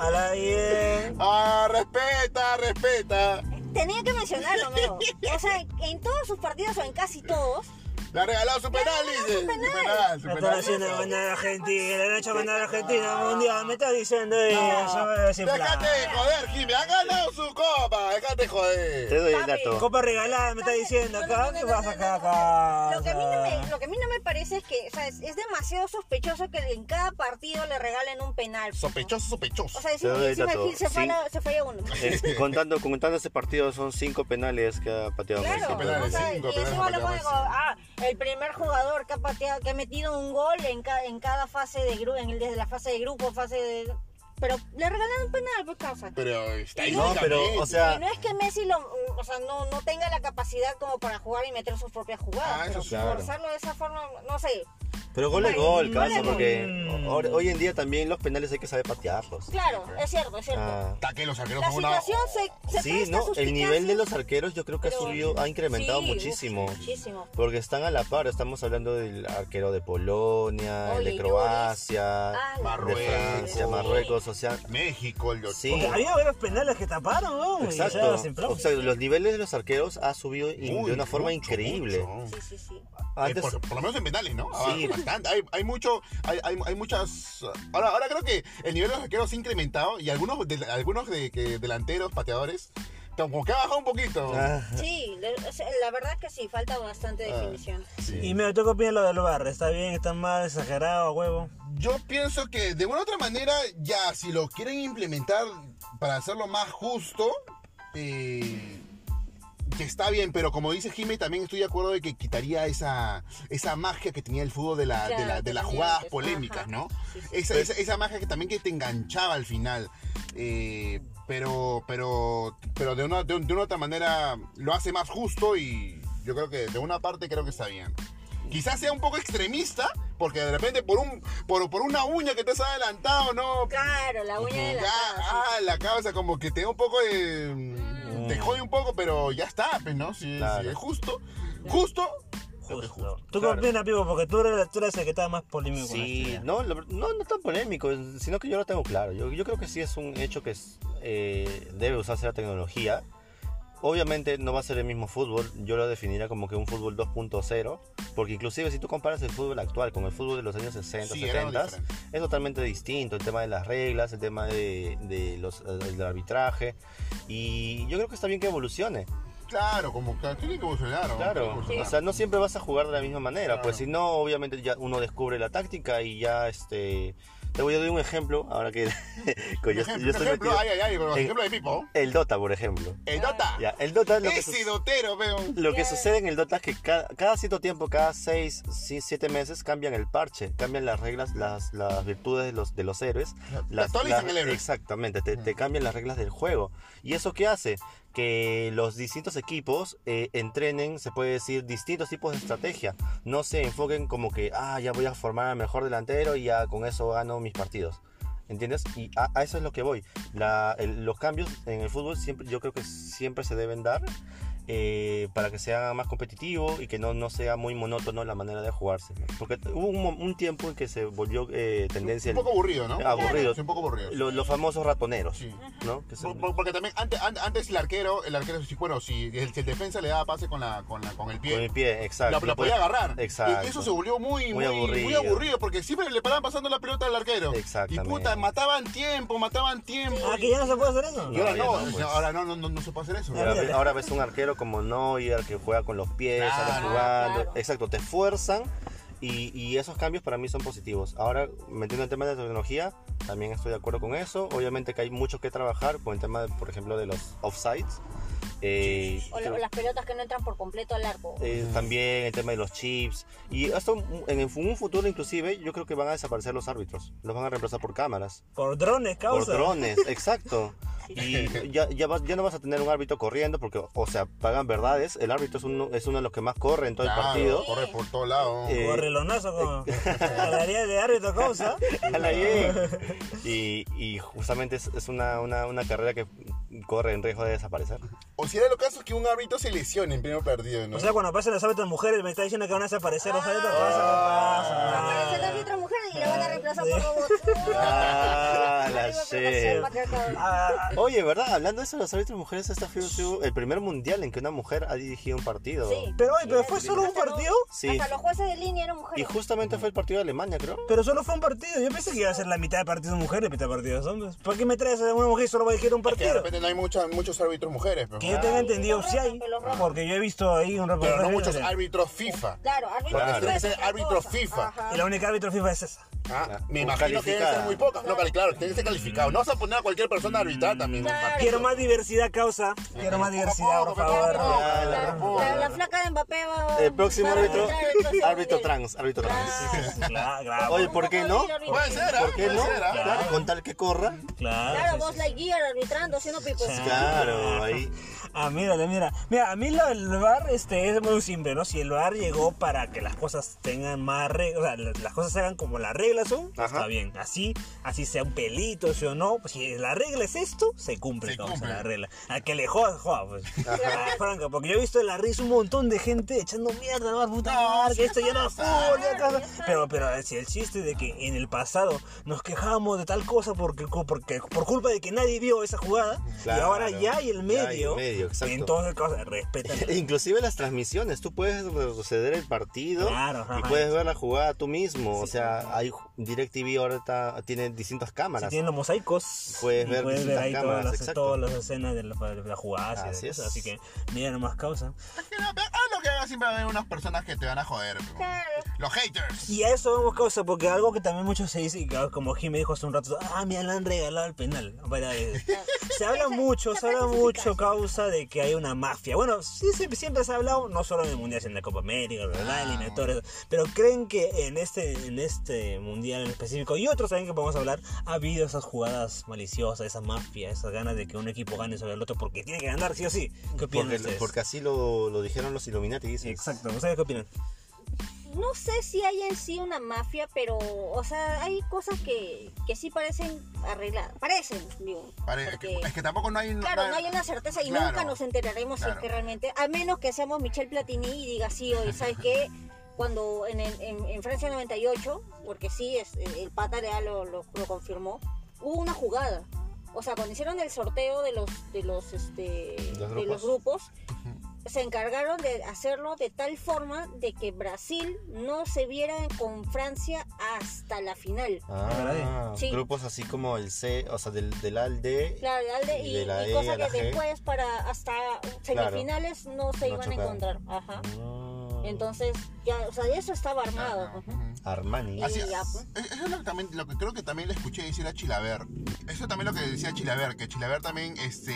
Respeta. Tenía que mencionarlo, amigo. O sea, en todos sus partidos o en casi todos, Le ha regalado su penal, dice. Su penal, su Me están penal. haciendo ganar a Argentina, le han hecho ganar a Argentina al mundial. Me estás diciendo eso, sin Déjate de joder, Jimmy. Ha ganado su copa. Déjate de Te joder. doy el Papi. dato. Copa regalada, me estás diciendo acá. ¿Qué pasa acá? Lo que a mí no me parece es que, o sea, es demasiado sospechoso que en cada partido le regalen un penal. Sospechoso, sospechoso. O sea, Te doy el encima dato. Gil se falla uno. Contando ese partido son 5 penales que ha pateado Messi. Claro, penales, o sea, y 5 penales encima le pateados ponen el primer jugador que ha pateado, que ha metido un gol en cada fase de grupo, desde la fase de grupo, pero le regalan un penal, por causa. Pero Y estadísticamente. No, pero, o sea, Y no es que Messi no tenga la capacidad como para jugar y meter sus propias jugadas, Ah, eso pero sí, claro. forzarlo de esa forma, no sé. pero gol es Bueno, gol, gol causa, es gol. porque hoy en día también los penales hay que saber patearlos. Claro, es cierto. Ah, Está que los arqueros La son una. situación se sí, presta a no, el nivel de suspicacias, los arqueros yo creo que pero- ha subido, ha incrementado sí, muchísimo. muchísimo. Porque están a la par, estamos hablando del arquero de Polonia, el Oye, de Croacia, Ah, la Marruecos. de Francia, sí. Marruecos, o sea, México, el Sí. Porque había varios penales que taparon, ¿no? exacto. Sin O sea, los niveles de los arqueros ha subido de una forma increíble. Mucho. Sí. Antes, Por lo menos en penales, ¿no? Sí. Bastante. Hay muchas. Ahora creo que el nivel de los arqueros se ha incrementado y algunos delanteros, pateadores, como que ha bajado un poquito. ah, Sí, la verdad que sí, falta bastante definición. Y mira, ¿tú qué opinas lo del VAR? ¿Está bien? ¿Está mal? ¿Exagerado? ¿A huevo? Yo pienso que de una u otra manera, ya si lo quieren implementar para hacerlo más justo, que está bien, pero como dice Jimmy, también estoy de acuerdo de que quitaría esa magia que tenía el fútbol de las Claro, que jugadas tenía polémicas, antes. ¿no? Sí, sí. Esa magia que también que te enganchaba al final. Pero de una otra manera lo hace más justo y yo creo que de una parte creo que está bien. Quizás sea un poco extremista, porque de repente por una uña que te has adelantado, ¿no? Claro, la uña de la Ya, cara, la cabeza como que te da un poco de... Te jode un poco, pero ya está, pues, ¿no? Si Claro. es justo, Justo. ¿Tú qué Claro. opinas, Pipo? Porque tú eres el que está más polémico con sí, esto. no tan polémico, sino que yo lo tengo claro. Yo creo que sí es un hecho que debe usarse la tecnología. Obviamente no va a ser el mismo fútbol, yo lo definiría como que un fútbol 2.0, porque inclusive si tú comparas el fútbol actual con el fútbol de los años 60, Sí, era 70, diferente. es totalmente distinto, el tema de las reglas, el tema del arbitraje, y yo creo que está bien que evolucione. Claro, como que tiene que evolucionar, ¿no? Claro, Tiene que evolucionar. o sea, no siempre vas a jugar de la misma manera, Claro. pues si no, obviamente ya uno descubre la táctica y ya, te voy a dar un ejemplo, ahora que yo estoy ejemplo, metido- por en- ejemplo de Pipo. el Dota, por ejemplo. El Dota. Ya, el Dota es lo que Ese dotero, veo. Lo que sucede en el Dota es que cada cierto tiempo, cada 6, 7 meses, cambian el parche, cambian las reglas, las virtudes de los héroes. Actualizan el héroe. Exactamente, te cambian las reglas del juego. ¿Y eso qué hace? Que los distintos equipos entrenen, se puede decir, distintos tipos de estrategia. No se enfoquen como que, ya voy a formar al mejor delantero y ya con eso gano mis partidos. ¿Entiendes? Y a eso es lo que voy. Los cambios en el fútbol yo creo que siempre se deben dar para que sea más competitivo y que no sea muy monótono la manera de jugarse, ¿no? Porque hubo un tiempo en que se volvió tendencia Un poco aburrido, ¿no? aburrido. Sí, un poco aburrido. Los famosos ratoneros, Sí. ¿no? Que son- Porque también antes el arquero, si el defensa le daba pase con el con pie, el pie, exacto. la podía agarrar. Exacto. Y eso se volvió muy Muy aburrido, porque siempre le paraban pasando la pelota al arquero. Exactamente. Y puta, mataban tiempo. Ah, que ya no se puede hacer eso. Y ahora ya no, no, pues. ahora no se puede hacer eso. Ahora ves un arquero como Neuer que juega con los pies, Claro, sale jugando. claro. Exacto, te fuerzan y esos cambios para mí son positivos. Ahora, metiendo el tema de la tecnología, también estoy de acuerdo con eso. Obviamente que hay mucho que trabajar con el tema, por ejemplo, de los offsides. O las pelotas que no entran por completo al arco. También el tema de los chips. Y esto en un futuro inclusive yo creo que van a desaparecer los árbitros. Los van a reemplazar por cámaras. Por drones, causa. Por drones, exacto. Y ya no vas a tener un árbitro corriendo porque, o sea, pagan verdades. El árbitro es uno de los que más corre en todo el partido. Corre por todos lados. Correlonazo como a la área de árbitro, causa. Ala, bien. Y justamente es una carrera que corre en riesgo de desaparecer. O si era lo caso que un árbitro se lesione en primer partido, ¿no? O sea, cuando pasan las árbitros mujeres, me está diciendo que van a desaparecer los árbitros. ¿Qué Aparece pasa? la otra mujer y la van a reemplazar por robots. Ah, la shit. Oye, ¿verdad? Hablando de eso, los árbitros mujeres, esta fue el primer mundial en que una mujer ha dirigido un partido. Sí. Pero ¿fue solo un partido? Sí. Hasta los jueces de línea eran Y mujeres. justamente fue el partido de Alemania, creo. Pero solo fue un partido. Yo pensé que iba a ser la mitad de partidos mujeres y mitad de partidos hombres. ¿Por qué me traes a una mujer y solo va a dirigir un Que de partido? repente no hay muchos árbitros mujeres. Pero, Que yo tenga entendido, sí hay. Porque yo he visto ahí un reportaje. pero no muchos de- árbitros FIFA. Claro, árbitros Claro. Tiene que ser árbitro FIFA. Ajá. Y la única árbitro FIFA es esa. Me O imagino que deben calificada. ser muy pocas. No, claro, tiene que ser calificado. No vas a poner a cualquier persona a arbitrar también. Claro. Quiero más diversidad, causa. Quiero más diversidad, por favor. La flaca de Mbappé va. El próximo va a árbitro, arbitrar el próximo árbitro mundial. trans, árbitro trans. Claro, Oye, ¿por qué no? Puede ser, ¿ah? ¿Por qué no? Puede ser, ¿ah? Claro, con tal que corra. Claro, sí, vos sí. Lightyear arbitrando, haciendo pipos. Claro, ahí. Mira, a mí el VAR es muy simple, ¿no? Si el VAR llegó para que las cosas tengan más reglas, o sea, las cosas se hagan como las reglas son, Ajá. está bien. Así sea un pelito, sí o no, pues si la regla es esto, se cumple, Se causa, cumple. la regla. A que le joda, pues. Franco, porque yo he visto en la risa un montón de gente echando mierda al VAR, puta madre, que esto ya no es fútbol, ya cosa. Pero si el chiste de que en el pasado nos quejamos de tal cosa porque por culpa de que nadie vio esa jugada, Claro. y ahora ya hay el Ya hay el medio, medio, exacto. entonces cosas, respeta. Inclusive las transmisiones, tú puedes retroceder el partido Claro, y ajá. puedes ver la jugada tú mismo. O sea, hay DirecTV ahora tiene distintas Si cámaras. tienen los mosaicos, Puedes y ver puedes ver distintas ahí cámaras, exacto. todas las escenas de la jugada. Así es. Así que, mira nomás causa. Es que haz lo que hagas, siempre va a haber unas personas que te van a joder. Pero. Claro. Los haters. Y a eso vamos causa, porque algo que también muchos se dice, y como Jimmy dijo hace un rato, mira, le han regalado el penal. Se habla mucho causa de que hay una mafia. Bueno, sí, siempre se ha hablado, no solo en el Mundial, sino en la Copa América, ¿verdad? Eliminatorios. Pero creen que en este Mundial en específico, y otros también que podemos hablar, ha habido esas jugadas maliciosas, esa mafia, esas ganas de que un equipo gane sobre el otro porque tiene que ganar sí o sí. ¿Qué opinan ustedes? Porque así lo dijeron los Illuminati, dicen. Exacto, ¿ustedes qué opinan? No sé si hay en sí una mafia, pero, o sea, hay cosas que sí parecen arregladas. Parecen, digo. Porque, Es que tampoco no hay. claro, no hay una certeza y Claro. nunca nos enteraremos si es Claro. que realmente, a menos que seamos Michel Platini y diga sí, oye, ¿sabes qué? Cuando en Francia 98, porque sí, el pata Leal lo confirmó, hubo una jugada. O sea, cuando hicieron el sorteo de los grupos, se encargaron de hacerlo de tal forma de que Brasil no se viera con Francia hasta la final. Sí. Grupos así como el C, o sea, del A al D. Claro, Y de la y E cosa a la que G. después hasta semifinales no se No iban a chocaban. encontrar. Ajá. Ah. Entonces, ya, o sea, eso estaba armado. Ujú. Armani. Así, ya, pues. eso es lo que creo que también le escuché decir a Chilaver. Eso también lo que decía Chilaver, que Chilaver también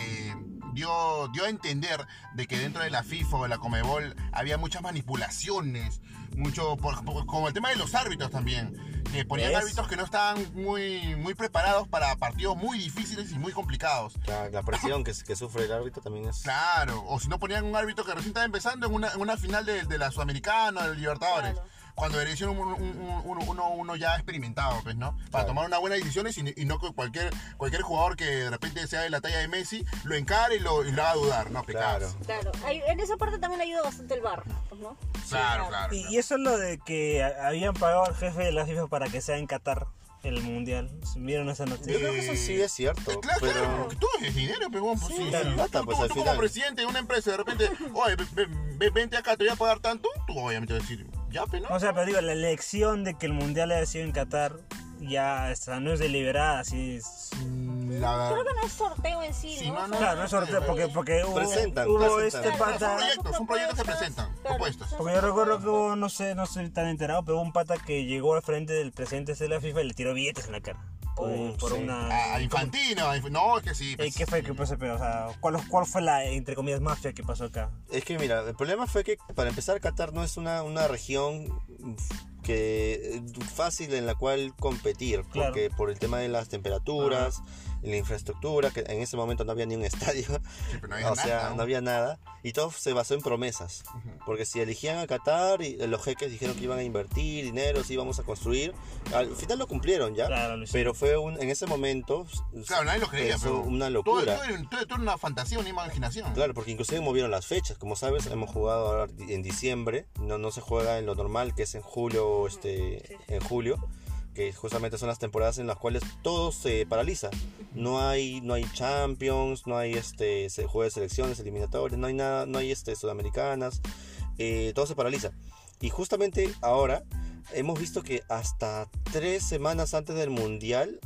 dio a entender de que dentro de la FIFA o de la Conmebol había muchas manipulaciones, como el tema de los árbitros también, que ponían ¿Ves? árbitros que no estaban muy preparados para partidos muy difíciles y muy complicados. La presión que sufre el árbitro también es... Claro, o si no ponían un árbitro que recién estaba empezando en una final de la Sudamericana, del Libertadores. Claro. Cuando debería ser uno ya experimentado, pues, ¿no? Para Claro. tomar unas buenas decisiones y no que cualquier jugador que de repente sea de la talla de Messi lo encare y lo haga dudar, ¿no? Claro. Claro, en esa parte también ayuda bastante el VAR, ¿no? Claro. Y eso es lo de que habían pagado al jefe de la FIFA para que sea en Qatar el Mundial. ¿Vieron esa Yo noticia? creo que eso sí es cierto, Claro, pero... claro, todo es dinero, pero bueno, pues, Sí, sí, claro. sí. Plata, pues, al Tú final. como presidente de una empresa, de repente, oye, vente acá, te voy a pagar tanto, tú obviamente vas a decir, ya, pero no. O sea, pero digo, la elección de que el Mundial haya sido en Qatar ya no es deliberada, así es... Creo que no es sorteo en sí, Sí, ¿no? no, no. Claro, no es sorteo, porque Presentan. hubo Presentan. este pata... Son proyectos que presentan, Claro. propuestas. Porque yo recuerdo que hubo, no estoy tan enterado, pero hubo un pata que llegó al frente del presidente de la FIFA y le tiró billetes en la cara. Por sí. una... A Infantino, no, es que sí. pues, ¿Qué fue que pasó? Pero, o sea, ¿cuál fue la, entre comillas, mafia que pasó acá? Es que mira, el problema fue que para empezar Qatar no es una región que fácil en la cual competir, Claro. porque por el tema de las temperaturas, la infraestructura, que en ese momento no había ni un estadio, sí, pero no había o sea, nada, no había nada, y todo se basó en promesas, porque si elegían a Qatar, y los jeques dijeron que iban a invertir dinero, sí íbamos a construir, al final lo cumplieron ya, Claro, lo hicieron. pero fue en ese momento Claro, nadie lo creía, fue pero una locura. Todo era una fantasía, una imaginación. Claro, porque inclusive movieron las fechas. Como sabes, hemos jugado ahora en diciembre. No se juega en lo normal, que es en julio, en julio. que justamente son las temporadas en las cuales todo se paraliza. No hay Champions, no hay juego de selecciones, eliminatorias, no hay nada, no hay sudamericanas, todo se paraliza. Y justamente ahora hemos visto que hasta 3 semanas antes del Mundial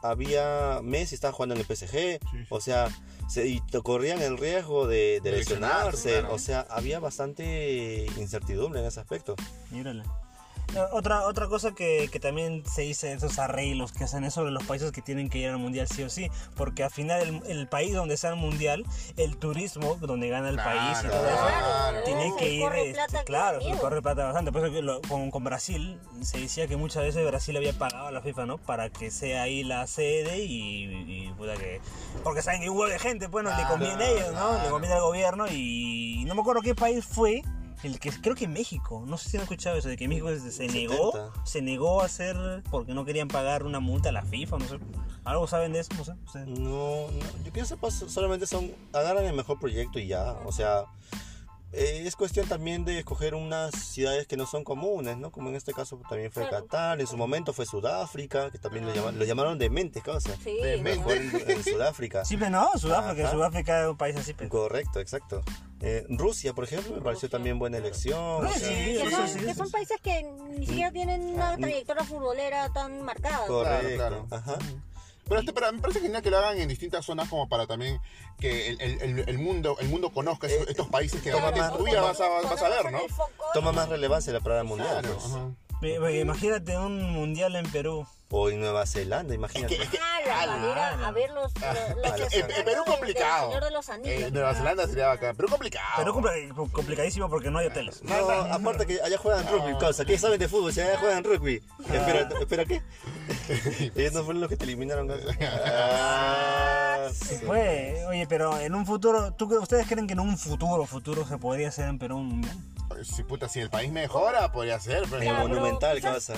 Messi estaba jugando en el PSG, o sea, y corrían el riesgo de lesionarse, claro. O sea, había bastante incertidumbre en ese aspecto. Mírale. Otra cosa que también se dice, esos arreglos que hacen es sobre los países que tienen que ir al mundial sí o sí, porque al final el país donde sea el mundial, el turismo donde gana el país y todo eso, tiene que ir, claro, corre plata bastante. Por eso con Brasil se decía que muchas veces Brasil había pagado a la FIFA, ¿no? Para que sea ahí la sede y puta que, porque saben que hubo de gente, pues no le conviene a ellos, ¿no? Le conviene al gobierno y no me acuerdo qué país fue. Creo que México, no sé si han escuchado eso, de que México se negó a hacer porque no querían pagar una multa a la FIFA, no sé. ¿Algo saben de eso? No sé. No, yo pienso que solamente agarran el mejor proyecto y ya, o sea, es cuestión también de escoger unas ciudades que no son comunes, ¿no? Como en este caso también fue Qatar, en su momento fue Sudáfrica, que también lo llamaron dementes, causa. Sí, en Sudáfrica. Sí, pero no, Sudáfrica es un país así. Pero... Correcto, exacto. Rusia, por ejemplo, me pareció también buena elección. Que son países que ni siquiera tienen una trayectoria futbolera tan marcada. Correcto, claro. Ajá. Pero me parece genial que lo hagan en distintas zonas como para también que el mundo conozca estos países que tú ya vas a ver, ¿no? Toma más relevancia para el mundial. Claro, pues. Imagínate un mundial en Perú. O en Nueva Zelanda, imagínate. A ver los en Perú complicado. El Señor de los Anillos. Nueva Zelanda sería bacán, pero complicado. Pero complicadísimo porque no hay hoteles. No, aparte que allá juegan rugby, causa. ¿Qué saben de fútbol si allá juegan rugby? Espera, ¿qué? Ellos no fueron los que te eliminaron, Sí. Oye, pero en un futuro, ¿ustedes creen que en un futuro se podría hacer en Perú un mundial? Si el país mejora, podría ser. Pero En el Monumental, causa.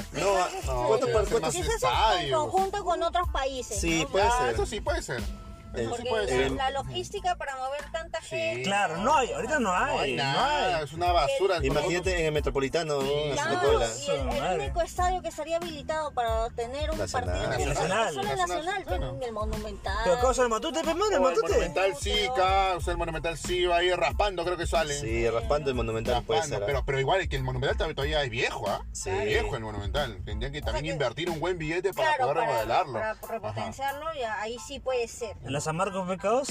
Quizás en conjunto con otros países. Sí, ¿no? puede ser. Eso sí puede ser. Porque la logística para mover tanta gente. Claro, no hay, ahorita no hay. Nada, es una basura. Imagínate en el Metropolitano, haciendo Claro, cola. y el único estadio que estaría habilitado para tener un partido Nacional. solo el Nacional, en el Monumental. Pero causa el Matute, el El Monumental el Monumental sí va a ir raspando, creo que sale. Sí, raspando el Monumental puede ser. Pero igual que el Monumental todavía es viejo, ¿ah? Sí. Viejo el Monumental. Tendrían que también invertir un buen billete para poder remodelarlo. Para repotenciarlo, y ahí sí puede ser. ¿En la San Marcos fue causa?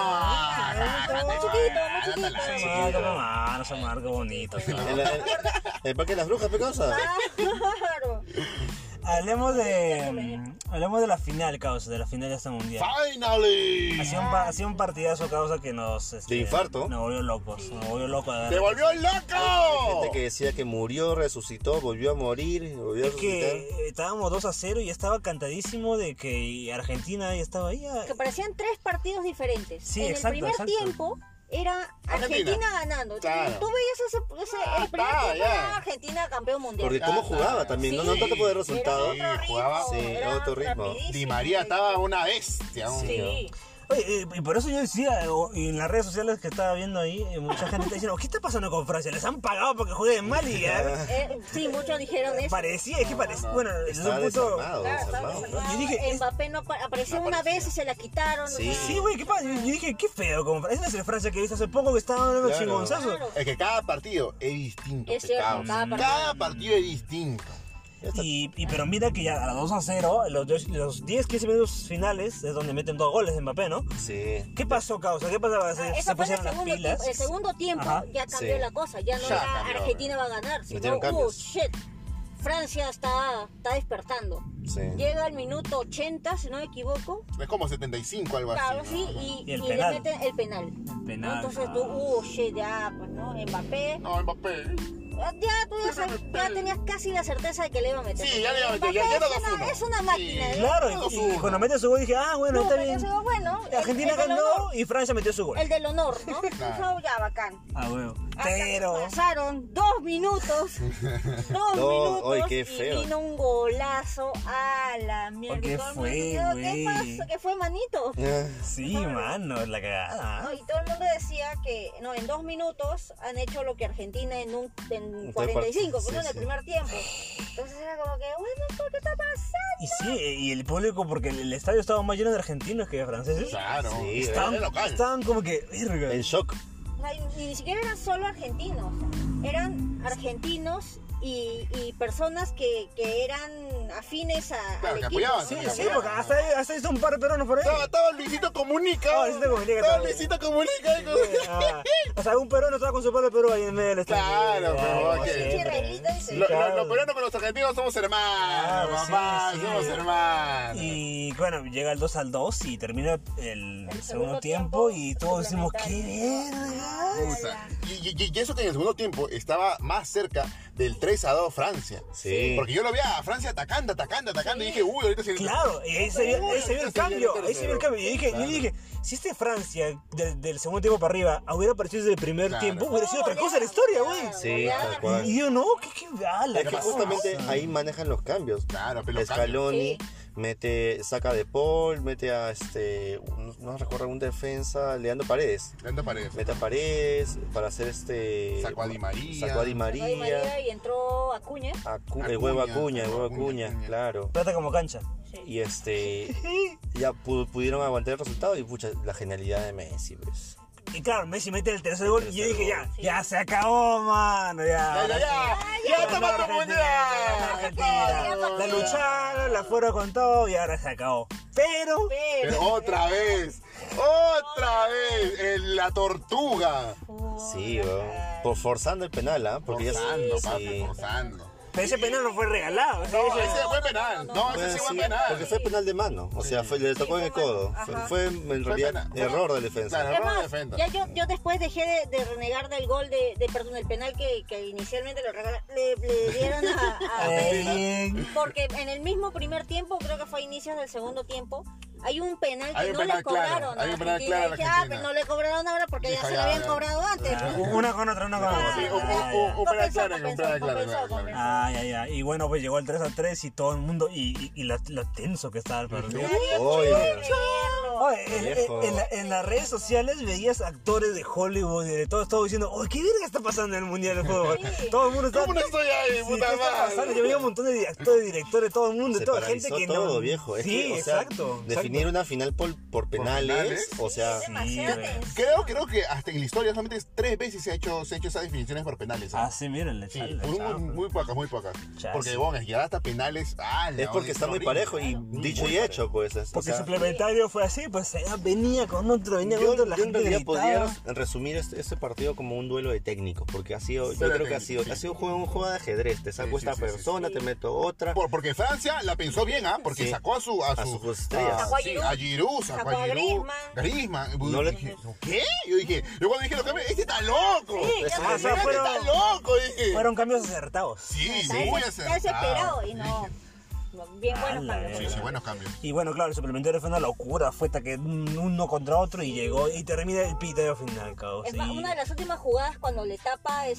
Muy chiquito. No, San Marcos bonito. ¿El Parque de las Brujas, pecosa? Claro. Hablemos de la final, causa, de la final de este mundial. ¡Finally! Ha sido un partidazo, causa, que nos... ¿De infarto? Nos volvió locos. ¡Se volvió loco! Gente que decía que murió, resucitó, volvió a morir, volvió a Es que estábamos 2-0 y ya estaba cantadísimo de que Argentina ya estaba ahí. Que parecían 3 partidos diferentes. Sí, en exacto, el primer tiempo era Argentina ganando. Claro. Tú veías el primer tiempo era Argentina campeón mundial. Porque cómo jugaba también, no tanto por el resultado. Jugaba. Era otro ritmo. Di María estaba una bestia. Sí. Oye, y por eso yo decía, en las redes sociales que estaba viendo ahí, mucha gente está diciendo, ¿qué está pasando con Francia? ¿Les han pagado porque jueguen mal? Y sí, muchos dijeron eso. parecía, es que parecía, bueno, Estaba desarmado. Yo dije, Mbappé no apareció una vez y se la quitaron. Sí. sí, güey, ¿qué pasa? Yo dije, qué feo con Francia. Esa es la Francia que viste hace poco que estaba dando Claro. chingonzazo. Claro. Es que cada partido es distinto. Es cierto, pecado. cada partido es distinto. Pero mira que ya a la 2-0, los 10-15 minutos finales es donde meten 2 goles de Mbappé, ¿no? Sí. ¿Qué pasó, causa? ¿Qué pasaba? Eso Se fue pusieron las pilas. el segundo tiempo. Ajá. Ya cambió Sí. la cosa. Ya no Ya era cambió. Argentina va a ganar, sino Metieron cambios. shit. Francia está despertando. Sí. Llega al minuto 80, si no me equivoco. Es como 75, algo Claro, así. sí, Y el le penal. meten el penal. El penal, Entonces ah. tú, shit, ya, pues no, Mbappé. No, Mbappé. Ya tenías casi la certeza de que le iba a meter. Sí, ya le iba a meter, Mbappé ya era es 2-1. es una máquina. Sí. ¿eh? Claro, Todos y uno. cuando mete su gol dije, bueno, No, está pero bien. eso, bueno, Argentina el del ganó honor. y Francia metió su gol. El del honor, ¿no? Claro. Eso ya bacán. Ah, bueno. Pero... Pasaron 2 minutos. 2 minutos. Ay, qué feo. Y vino un golazo a la mierda. ¿Qué Y todo el mundo fue, se quedó, güey? ¿Qué pasó? ¿Qué fue, manito? Sí, mano, es la cagada. No, y todo el mundo decía que no, en 2 minutos han hecho lo que Argentina en 45, Sí, pues, en el sí. primer tiempo. Entonces era como que, bueno, ¿qué está pasando? Y sí, y el público, porque el estadio estaba más lleno de argentinos que de franceses. Claro, Sí, Estaban, era local. estaban como que, verga. En shock. O sea, y ni siquiera eran solo argentinos, eran argentinos y personas que eran afines Claro, al que equipo. apoyaban, Sí, que sí, porque hasta hizo un par de peruanos por ahí. Estaba Luisito Comunica. Ah, Luisito Comunica Estaba también. Luisito Comunica. Ah, o sea, un peruano estaba con su palo de Perú ahí en medio del estadio. Claro, pero, como ok. siempre. Chirrelita, dice. Claro. Los peruanos con los argentinos somos hermanos, Claro, mamá, sí, sí. somos hermanos. Y bueno, llega el 2-2 y termina el segundo segundo tiempo tiempo y todos decimos, ¡qué suplementario. verga! Puta. Y eso que en el segundo tiempo estaba más cerca del 3-2 Francia. Sí. Porque yo lo veía a Francia atacando y dije, uy, ahorita sí. Claro, y ahí se vio el Sí, cambio, sí, ahí se vio el cambio. Y dije, yo dije, si Francia del segundo tiempo para arriba hubiera aparecido desde el primer Claro. tiempo, hubiera sido otra cosa la historia, güey. Sí, tal cual. Y yo, no, ¿qué ala? Es que ¿qué justamente pasa? ahí manejan los cambios. Claro, pero los Scaloni Sí. saca de Paul, mete a no recuerdo, un defensa, Leandro Paredes. Leandro Paredes. Mete a Paredes para hacer Sacó a Di María. Sacó a Di Ay, María. María, y entró Acuña. El huevo Acuña, claro. Plata como cancha. Y ya pudieron aguantar el resultado y pucha, la genialidad de Messi, pues. Y claro, Messi mete el tercer gol y yo dije, ya se acabó, mano, ya. Ya tomando mundial. Argentina. La lucharon, la fueron con todo y ahora se acabó. Pero Pero otra vez, la tortuga. Sí, forzando el penal, ¿ah? Porque Forzando, ya papi, forzando. ese penal no fue regalado. No, ese fue penal. No, ese Pues sí sí, fue penal. porque fue penal de mano, o sea, le tocó en el codo. Fue en realidad penal. error de defensa. Claro. Es error de más, defensa. ya yo después dejé de renegar del gol perdón, el penal que inicialmente le dieron a Bien. porque en el mismo primer tiempo, creo que fue a inicios del segundo tiempo, hay un penal Hay que un no penal le cobraron. claro, hay un a penal Argentina. claro a Y dije, Argentina. pero no le cobraron ahora porque Dijo, ya se ya, lo habían ya. cobrado antes. Una con otra, una con otra. Sí, un Compensó, penal claro, un penal compensó. claro. Ah, ya. Y bueno, pues llegó el 3-3 y todo el mundo, y lo tenso que estaba el partido. Oye, Oye, Viejo. en las redes sociales veías actores de Hollywood y de todo diciendo, oye, ¿qué verga está pasando en el Mundial de Fútbol? Sí. Todo el mundo está... ¿Cómo no estoy ahí, Sí, puta ¿qué está madre? pasando? Yo veía un montón de actores, directores, todo el mundo, se toda paralizó gente que todo, no... viejo. Es Sí, que, o sea, exacto. definir una final por penales, penales. o sea, Es demasiada güey. tensión. Creo que hasta en la historia solamente 3 veces se ha hecho esas definiciones por penales. ¿eh? Ah, sí, mírenle, Sí, chale, muy pocas. Chas. Porque, bueno, es llegar hasta penales. es porque está muy parejo y dicho y hecho, pues. O Porque sea, el suplementario fue así, pues venía con otro, la yo en gente realidad gritaba. podría resumir este partido como un duelo de técnicos, porque yo creo que ha sido un juego de ajedrez. Te saco Sí, esta sí, persona, te meto otra. Porque Francia la pensó bien, ¿ah? Porque Sí. sacó a sus estrellas. Sacó a sí, Giroud. a Giroud, sacó a Giroud. Griezmann. No le- Dije, ¿qué? Yo cuando dije los cambios, este está loco. Sí, Eso ya o sea, Este fueron- está loco, dije. Fueron cambios acertados. Sí, Está muy está acertado. desesperado y no. Bien buenos Ala, cambios. Sí, buenos cambios. Y bueno, claro, el suplementario fue una locura, fue hasta que uno contra otro y llegó y termina el piteo final, caos. Es más, una de las últimas jugadas cuando le tapa a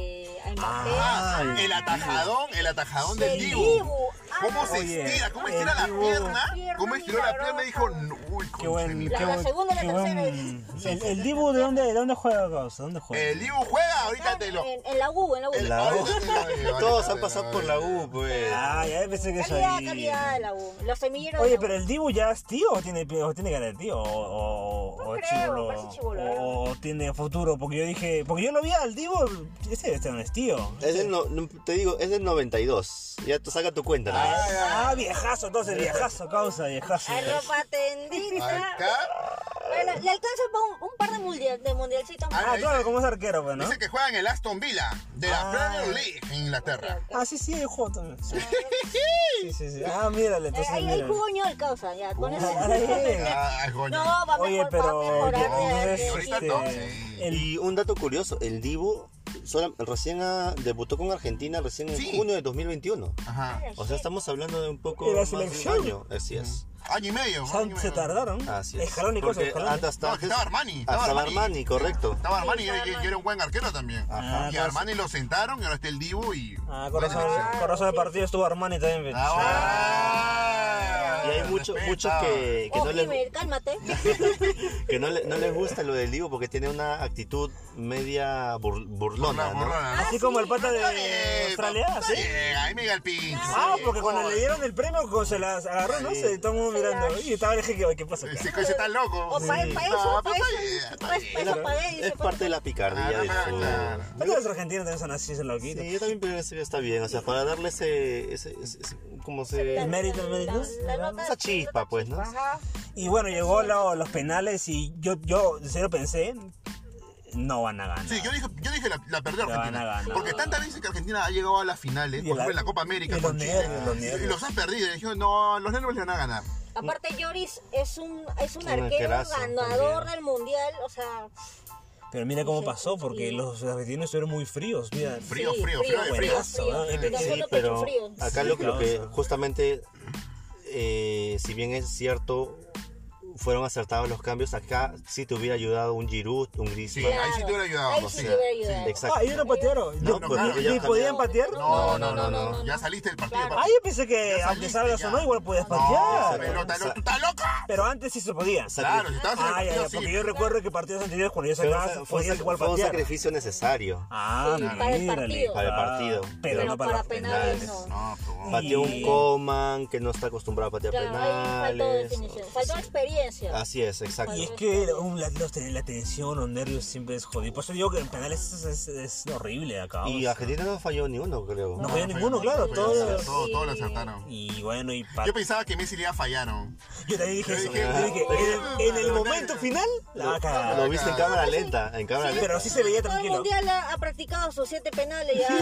Mbappé. El atajadón del Del Dibu. Dibu. ¿Cómo se Oye, estira? ¿Cómo el estira la Dibu. pierna? ¿Cómo estiró la pierna? Y dijo, no, uy, Qué buen, La- qué la buen- segunda y la qué tercera. buen- El Dibu, ¿de dónde juega, caos? ¿Dónde juega? El Dibu juega, ahorita te lo... En la U. La U. ahorita Todos han pasado por la U, pues. Ah, ya pensé que eso Calidad de la U. Los semilleros. Oye, de la U. pero el Dibu ya es tío o tiene cara de tío o No creo, chibolo, parece chibolo, o tiene futuro, porque yo lo vi al Dibu, este no es tío. Te digo, es del 92. Ya tú saca tu cuenta, ¿no? Ah, viejazo, entonces, viejazo, viejazo. Hay ropa tendida. Acá Bueno, le alcanza para un par de mundialcitos más. Ah, claro, como es arquero, pues, ¿no? dice que juega en el Aston Villa de la Premier League en Inglaterra. Ah, sí, el juego también. Sí. Ah, mírale, entonces Ahí mírale. jugó el causa, ya. Con eso. Ay, Ah, coño. No, va a Oye, mejorar. pero Va a mejorar. entonces, ahorita este, no, sí. el- Y un dato curioso, el Dibu recién debutó con Argentina recién en junio de 2021. Ajá. O sea, estamos hablando de un poco ¿De la más de un selección? año. Así es. Año y medio. Se tardaron. Así es. Escalón y cosas. Porque antes No, que estaba Armani. Estaba Armani, correcto. Estaba Armani, que era un buen arquero también. Ajá. Y a Armani lo sentaron y ahora está el Dibu y... Corazón de partido estuvo Armani también. Y hay muchos que no les... Cálmate. que no les gusta lo del Dibu porque tiene una actitud media burlona, ¿no? Así como el pata de Australia, ¿sí? Ahí Miguel Pinto. Porque cuando le dieron el premio se las agarró, ¿no? Se todo el mundo mirando. Y estaba el jeque, ¿qué pasa? Ese coche está loco. Es parte de la picardía del fútbol. Todos los argentinos también son así, son loquitos. Sí, yo también pienso que está bien, o sea, para darle ese como se... El mérito. Esa chispa, pues, ¿no? Y bueno, llegó los penales y yo en serio pensé, no van a ganar. Sí, yo dije la perdió La van a Argentina. ganar. Porque tantas veces que Argentina ha llegado a las finales, por ejemplo en la Copa América y con los Chile, nervios. y los han perdido. Y dijeron, no, los nervios le van a ganar. Aparte, Lloris es un arquero arquerazo ganador también. del mundial, o sea. Pero mira cómo pasó, porque los argentinos estuvieron muy fríos, mira. Frío. Buenazo, ¿no? Sí, pero acá lo que justamente, si bien es cierto, fueron acertados los cambios, acá sí te hubiera ayudado un Giroud, un Griezmann. Sí, ahí sí te hubiera ayudado. Ahí sí te hubiera ayudado. Exacto. ¿Ellos no patearon? No, porque ¿Y ya podían patear? No. Ya saliste del partido. Claro. Yo pensé que Ya aunque saliste, salgas ya. o no, igual podías No, patear. pero tú estás loca. Pero antes sí se podía. Claro, si estabas en el partido, sí. Porque yo recuerdo que partidos anteriores cuando yo Fue sacaba, podías igual un patear. sacrificio necesario. Sí, para el partido. Para el partido. Pero no para los penales. penales. No, pero bueno. Pateó un Coman que no está acostumbrado a patear Claro, ahí faltó penales. definición, faltó experiencia. Así es, exacto. Y es que la tensión, los nervios siempre es jodido. Por eso digo que en penales es horrible acá. Y Argentina no falló ni uno, creo. No falló ninguno, claro. Todos. Todos lo acertaron. Y bueno, Yo pensaba que Messi le iba a fallar, ¿no? Yo también dije Yo eso. dije, Yo dije, en el momento final, la va a cagar. Lo viste en cámara lenta, Pero sí se veía Todo el tranquilo. mundial ha practicado sus 7 penales ya.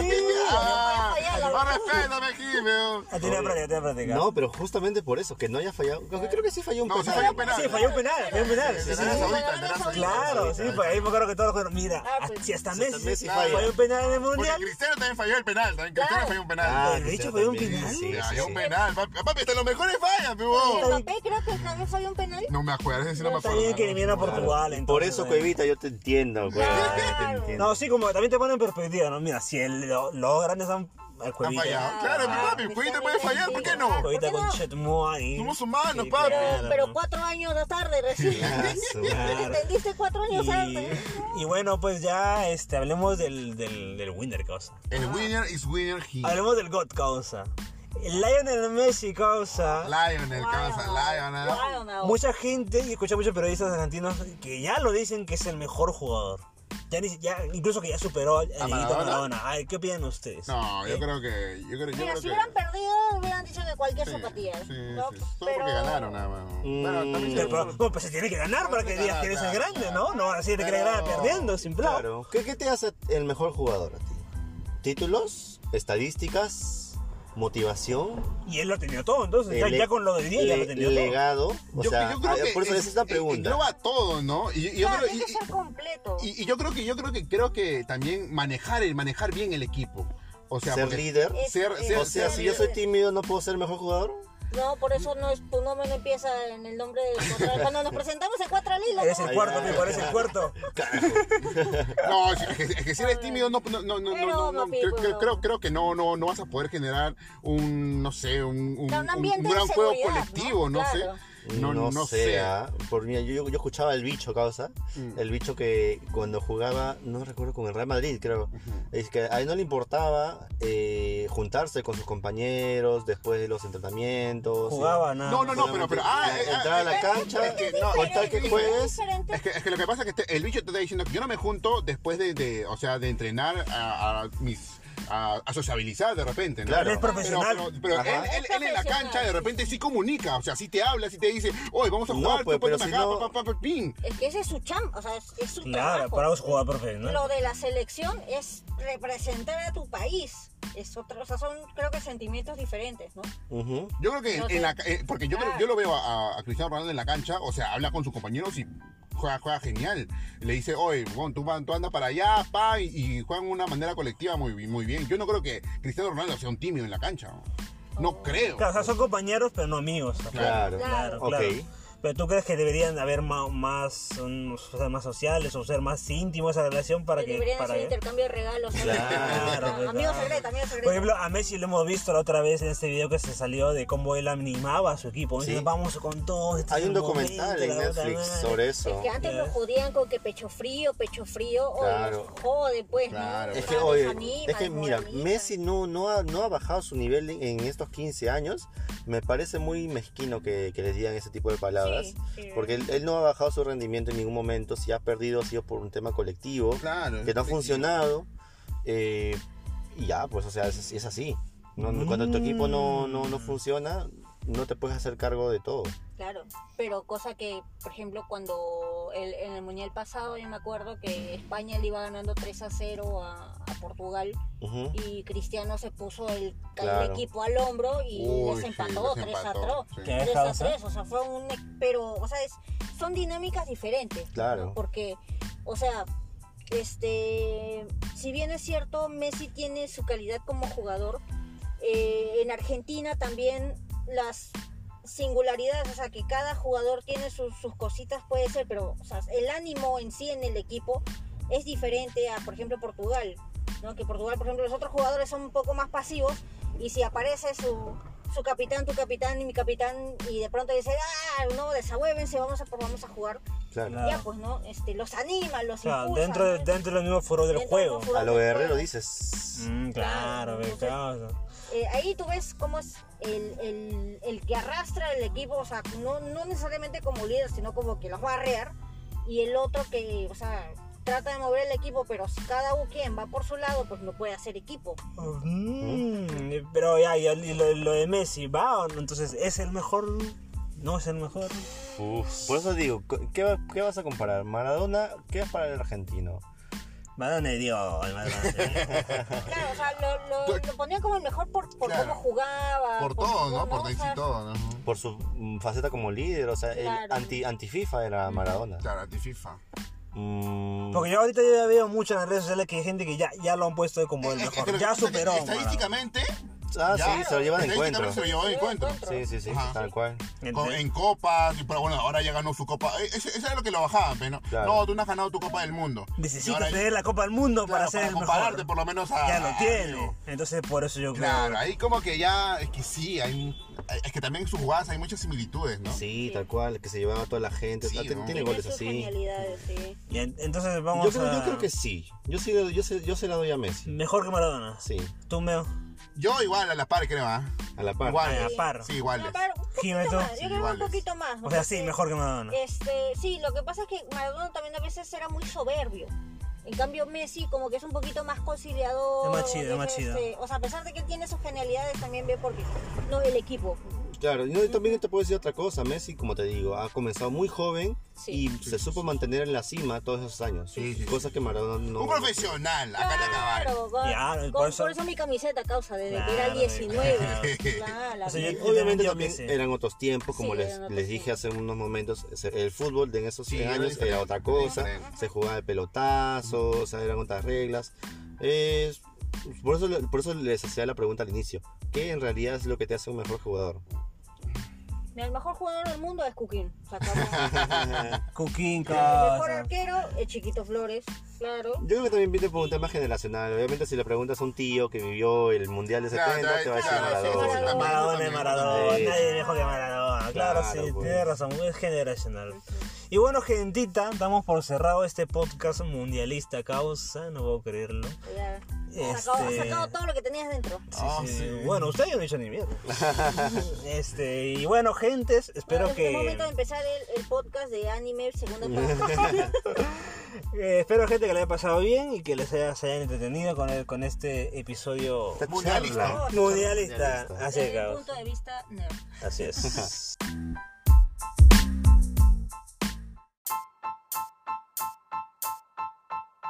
No respétame, Jimmy. Tenía práctica. No, pero justamente por eso, que no haya fallado. Creo que sí falló un No, sí penal. falló un penal. Sí, falló un penal. Sí, De sí. Arabia Saudita, de Arabia Saudita. Claro, sí, pues ahí me acuerdo que todos los jugadores, mira, si hasta Messi falló un penal en el Porque mundial. Cristiano también falló el penal. Cristiano falló un penal. De hecho, falló un penal. Falló un penal. Papi, hasta los mejores fallan, mi vos. Mbappé creo que también falló un penal. No me acuerdo, ese sí no me Está acuerdo. bien que elimina a Portugal. Por entonces, eso, Cuevita, yo te entiendo, No, sí, como también te ponen en perspectiva, ¿no? Mira, si los grandes han Han fallado. Claro, mi papi, Cuevita puede fallar, ¿por qué no? Cuevita con Chetmoa ahí. Somos humanos, Sí, papi. Pero 4 años de tarde recién. Claro. ¿Entendiste? 4 años tarde. Y bueno, pues ya hablemos del winner, causa. El winner is winner he. Hablemos del God, causa. El Lionel Messi, causa. Lionel, causa, Lionel. Mucha gente, y escuché muchos periodistas argentinos que ya lo dicen que es el mejor jugador. Incluso que ya superó a Dieguito Maradona. Ay, ¿qué opinan ustedes? No, yo creo que... Mira, si hubieran perdido, hubieran dicho que cualquier zapatilla. ¿no? Solo porque ganaron nada más. Bueno, también Pero pues se tiene que ganar para que digas que eres el grande, ¿no? No, así te quieres ganar perdiendo, sin plan. Claro. ¿Qué te hace el mejor jugador a ti? ¿Títulos? ¿Estadísticas? ¿Motivación? Y él lo tenía todo, entonces ya con lo del día ya lo tenía todo. ¿Legado? O sea, yo creo que por eso esa es la pregunta. Engloba todo, ¿no? Y yo Claro, creo, tiene que ser completo. y yo creo que también manejar bien el equipo. O sea, ser porque líder. O sea, si yo soy tímido, ¿no puedo ser el mejor jugador? No, por eso tu nombre no empieza en el nombre de Cuatro. Cuando nos presentamos en Cuatro Lilas. Eres el cuarto, me parece el cuarto. No, es que si eres tímido, creo que no vas a poder generar un gran juego colectivo, no sé. No sé. Por mí, yo escuchaba el bicho, causa. El bicho que cuando jugaba, no recuerdo, con el Real Madrid, creo. Es que a él no le importaba juntarse con sus compañeros después de los entrenamientos. Jugaba nada. No, pero entrar a la cancha, con tal que juegues. Es que lo que pasa es que el bicho te está diciendo que yo no me junto después de entrenar a sociabilizar de repente, ¿no? Claro. Él es profesional. Pero él en la cancha de repente sí comunica, o sea, sí te habla, sí te dice, oye, vamos a jugar, pues, tú ponte pero acá, si pin. Es que ese es su chamba, o sea, es su Claro, trabajo. para vos jugar profesional. Lo de la selección es representar a tu país. Es otra, o sea, son creo que sentimientos diferentes, ¿no? Yo creo que No sé. porque yo lo veo a Cristiano Ronaldo en la cancha, o sea, habla con sus compañeros y juega genial. Le dice, oye, bueno, tú andas para allá, pa, y juegan de una manera colectiva muy bien. Yo no creo que Cristiano Ronaldo sea un tímido en la cancha. No creo. Claro, o sea, son compañeros, pero no amigos. Claro. Claro. Ok. Pero tú crees que deberían haber más sociales o ser más íntimo esa relación para que... Deberían hacer intercambio de regalos. Claro, amigos secretos. Por ejemplo, a Messi lo hemos visto la otra vez en este video que se salió de cómo él animaba a su equipo. Sí. Dice, vamos con todos. Hay un documental en Netflix sobre eso. Es que antes lo jodían con que pecho frío. Claro. Oye, jode pues, Claro. ¿no? Es que, O sea, oye, desanima, es que mira, desmoraliza. Messi no ha bajado su nivel en estos 15 años. Me parece muy mezquino que les digan ese tipo de palabras. Sí. Porque él no ha bajado su rendimiento en ningún momento. Si ha perdido ha sido por un tema colectivo. Claro. Que no ha funcionado. Y ya, pues, o sea, es así. Cuando tu equipo no funciona, no te puedes hacer cargo de todo. Claro, pero cosa que, por ejemplo, cuando en el Mundial pasado, yo me acuerdo que España le iba ganando 3-0 a Portugal Ujú. y Cristiano se puso el Claro. equipo al hombro y Uy, les sí, empató les 3-3. empató, sí. ¿Qué dejado, 3-3, o sea, fue pero, o sea, son dinámicas diferentes. Claro. ¿no? Porque, o sea, si bien es cierto, Messi tiene su calidad como jugador, en Argentina también las singularidades, o sea, que cada jugador tiene sus cositas, puede ser, pero o sea, el ánimo en sí en el equipo es diferente a, por ejemplo, Portugal, ¿no? Que Portugal, por ejemplo, los otros jugadores son un poco más pasivos y si aparece su capitán, tu capitán y mi capitán y de pronto dice, no, desahuévense, vamos a jugar, Claro. Claro. ya pues, ¿no? Los anima, los Claro, impulsa, dentro ¿no? del mismo foro del Dentro juego. del foro A lo del guerrero juego. dices. Claro, Entonces, claro. Ahí tú ves cómo es el que arrastra el equipo, o sea, no necesariamente como líder, sino como que los va a arrear, y el otro que, o sea, trata de mover el equipo, pero si cada quien va por su lado, pues no puede hacer equipo. Pero ya, y lo de Messi, ¿va o no? Entonces, ¿es el mejor? ¿No es el mejor? Por eso digo, ¿qué vas a comparar? Maradona, ¿qué es para el argentino? Maradona es Dios, Maradona. Claro, o sea, lo ponían como el mejor por Claro. cómo jugaba. Por todo, ¿no? Por o decir sea, todo, ¿no? Por su faceta como líder, o sea, Claro. el anti-FIFA era Maradona. Claro, anti-FIFA. Porque yo ahorita ya veo mucho en las redes sociales que hay gente que ya lo han puesto como el Es que mejor. Ya superó. Estadísticamente, Ah, ya, sí, se lo llevan en estadísticamente encuentro. se lo llevó en encuentro. Sí, Ajá. tal cual. En copas, pero bueno, ahora ya ganó su copa. Eso era lo que lo bajaban, pero no. Claro. No, tú no has ganado tu copa del mundo. Y Necesitas ahora- tener la Copa del Mundo claro, para ser el compararte mejor. por lo menos a... Ya lo tiene. amigo. Entonces, por eso yo creo. Claro, ahí como que ya, es que sí, es que también en sus jugadas hay muchas similitudes, ¿no? Sí, tal cual, que se llevaba a toda la gente. Sí, Ah, ¿no? tiene tiene goles sus así. genialidades, sí. Y entonces vamos Yo a... creo que sí. Yo se la doy a Messi. Mejor que Maradona. Sí, Tú, Meo. Yo igual a la par, creo, ¿ah? a la par. Iguales. A la par. Sí, iguales. No, pero un poquito Jiménez, más, sí, yo creo que iguales. un poquito más. ¿no? O sea, sí, Porque, mejor que Maradona. Sí, lo que pasa es que Maradona también a veces era muy soberbio. En cambio Messi como que es un poquito más conciliador. Es más chido, es más chido. O sea, a pesar de que tiene sus genialidades, también ve porque no el equipo. Claro, y también te puedo decir otra cosa. Messi, como te digo, ha comenzado muy joven Sí. y se supo mantener en la cima todos esos años. Sí. Cosas que Maradona no. Un profesional, acá la acabaron. Claro, por eso- por eso mi camiseta causa, desde que Claro, era 19. claro. Claro, O sea, yo- Obviamente digo también que sí. eran otros tiempos, como Sí, les eran otros les dije tiempos. hace unos momentos, el fútbol de en esos Sí, era años diferente, era otra cosa, diferente. se jugaba de pelotazo, o sea, eran otras reglas. Por eso les hacía la pregunta al inicio, ¿qué en realidad es lo que te hace un mejor jugador? el mejor jugador del mundo es Cuquín. Se acabó. Cooking, El mejor casa. arquero, el Chiquito Flores, claro. Yo creo que también viene por un tema generacional. Obviamente si le preguntas a un tío que vivió el Mundial de 70, Claro, te va a decir claro, sí, Maradona. sí, Maradona es Maradona, Sí. nadie es mejor que Maradona. Claro, Claro, sí, pues. tienes razón, es generacional. Y bueno, gentita, damos por cerrado este podcast mundialista causa, no puedo creerlo. Ya. Has sacado todo lo que tenías dentro. Sí. Bueno, ustedes no han dicho ni mierda. Y bueno, gentes, espero Es el momento de que... empezar el podcast de anime, segunda parte. espero, gente, que le haya pasado bien y que se hayan entretenido con este episodio Mundialista. charla. Mundialista. Mundialista. Así Desde es, el caos. punto de vista nerd. Así es.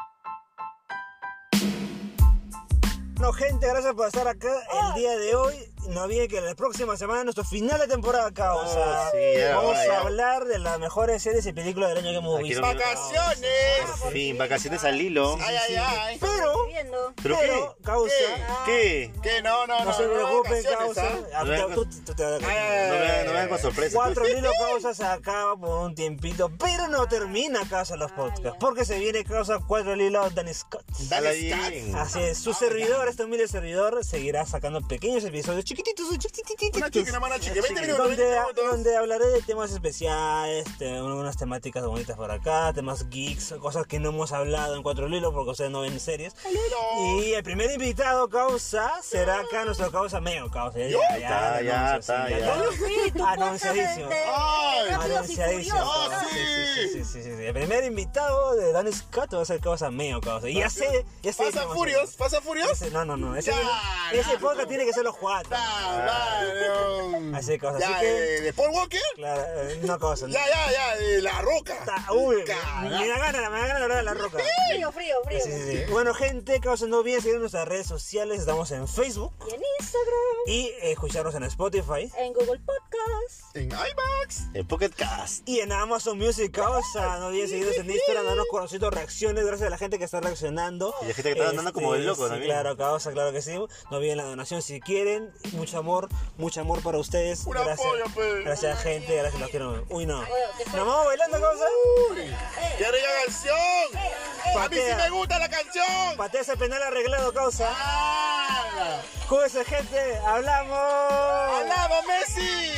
Bueno, gente, gracias por estar acá el día de hoy. no olviden que la próxima semana es nuestro final de temporada, causa. Oh, sí, ya, vamos ya. a hablar de las mejores series y películas del año que hemos Aquí visto. no- ¡Vacaciones! Por fin, vacaciones al hilo. Ay, ay, ay. Pero, Viendo. ¿Pero pero, qué? causa, ¿Qué? Que no no se preocupen, vacaciones, causa. ¿ah? Tú te vas a Ay, ay, No me hagan con sorpresa. 4 Lilo Causa se acaba por un tiempito, pero no termina Causa los podcasts, porque se viene Causa 4 Lilo Danny Scott. Dale, Dale Scott. bien. Así es, su servidor, este humilde servidor, seguirá sacando pequeños episodios chiquititos, Una chica, una mano chica. 20 minutos, 20 donde, minutos. donde hablaré de temas especiales, algunas temáticas bonitas por acá, temas geeks, cosas que no hemos hablado en 4 Lilo porque ustedes no ven series. Y el primer invitado, Causa, será acá nuestro Causa Meo, Causa. Está, ya, está, ya. Sí, tu Anunciadísimo. podcast de Ay, Rápidos y Anunciadísimo. Furiosos, ¿no? sí. El primer invitado de Danny Scott va a ser Causa Meo, Causa. Y ya sé. ¿Pasa Furios? ¿Pasa Furios? No. Ese Ya, podcast tiene que ser los 4. Así que, cosas, Ya, así que- ¿de Paul Walker? Claro, no Causa. Ya, de La Roca. Uy, Cara. me da ganas de hablar de la roca. Frío. Sí. Bueno, gente, Causa, no olviden seguir nuestras redes sociales. Estamos en Facebook Y en Instagram, y escucharnos en Spotify. en Google Podcast. En IMAX. El Pocket Cast. Y en Amazon Music, Causa. No olviden seguirnos en Instagram, darnos conocidos reacciones. Gracias a la gente que está reaccionando. Y la gente que está andando como el loco sí, también. Claro, Causa, claro que sí. No olviden la donación si quieren. Mucho amor para ustedes. Un Gracias, apoyo, pues. gracias, gente. Gracias, los quiero. Uy, no. ¿qué fue? Nos vamos bailando, Causa. ¡Qué rica canción! A mí sí me gusta la canción. Patea ese penal arreglado, Causa. ¡Ah! Cuídense, gente. Hablamos. ¡Hablamos, Messi!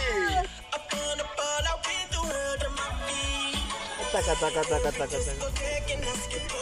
Taca.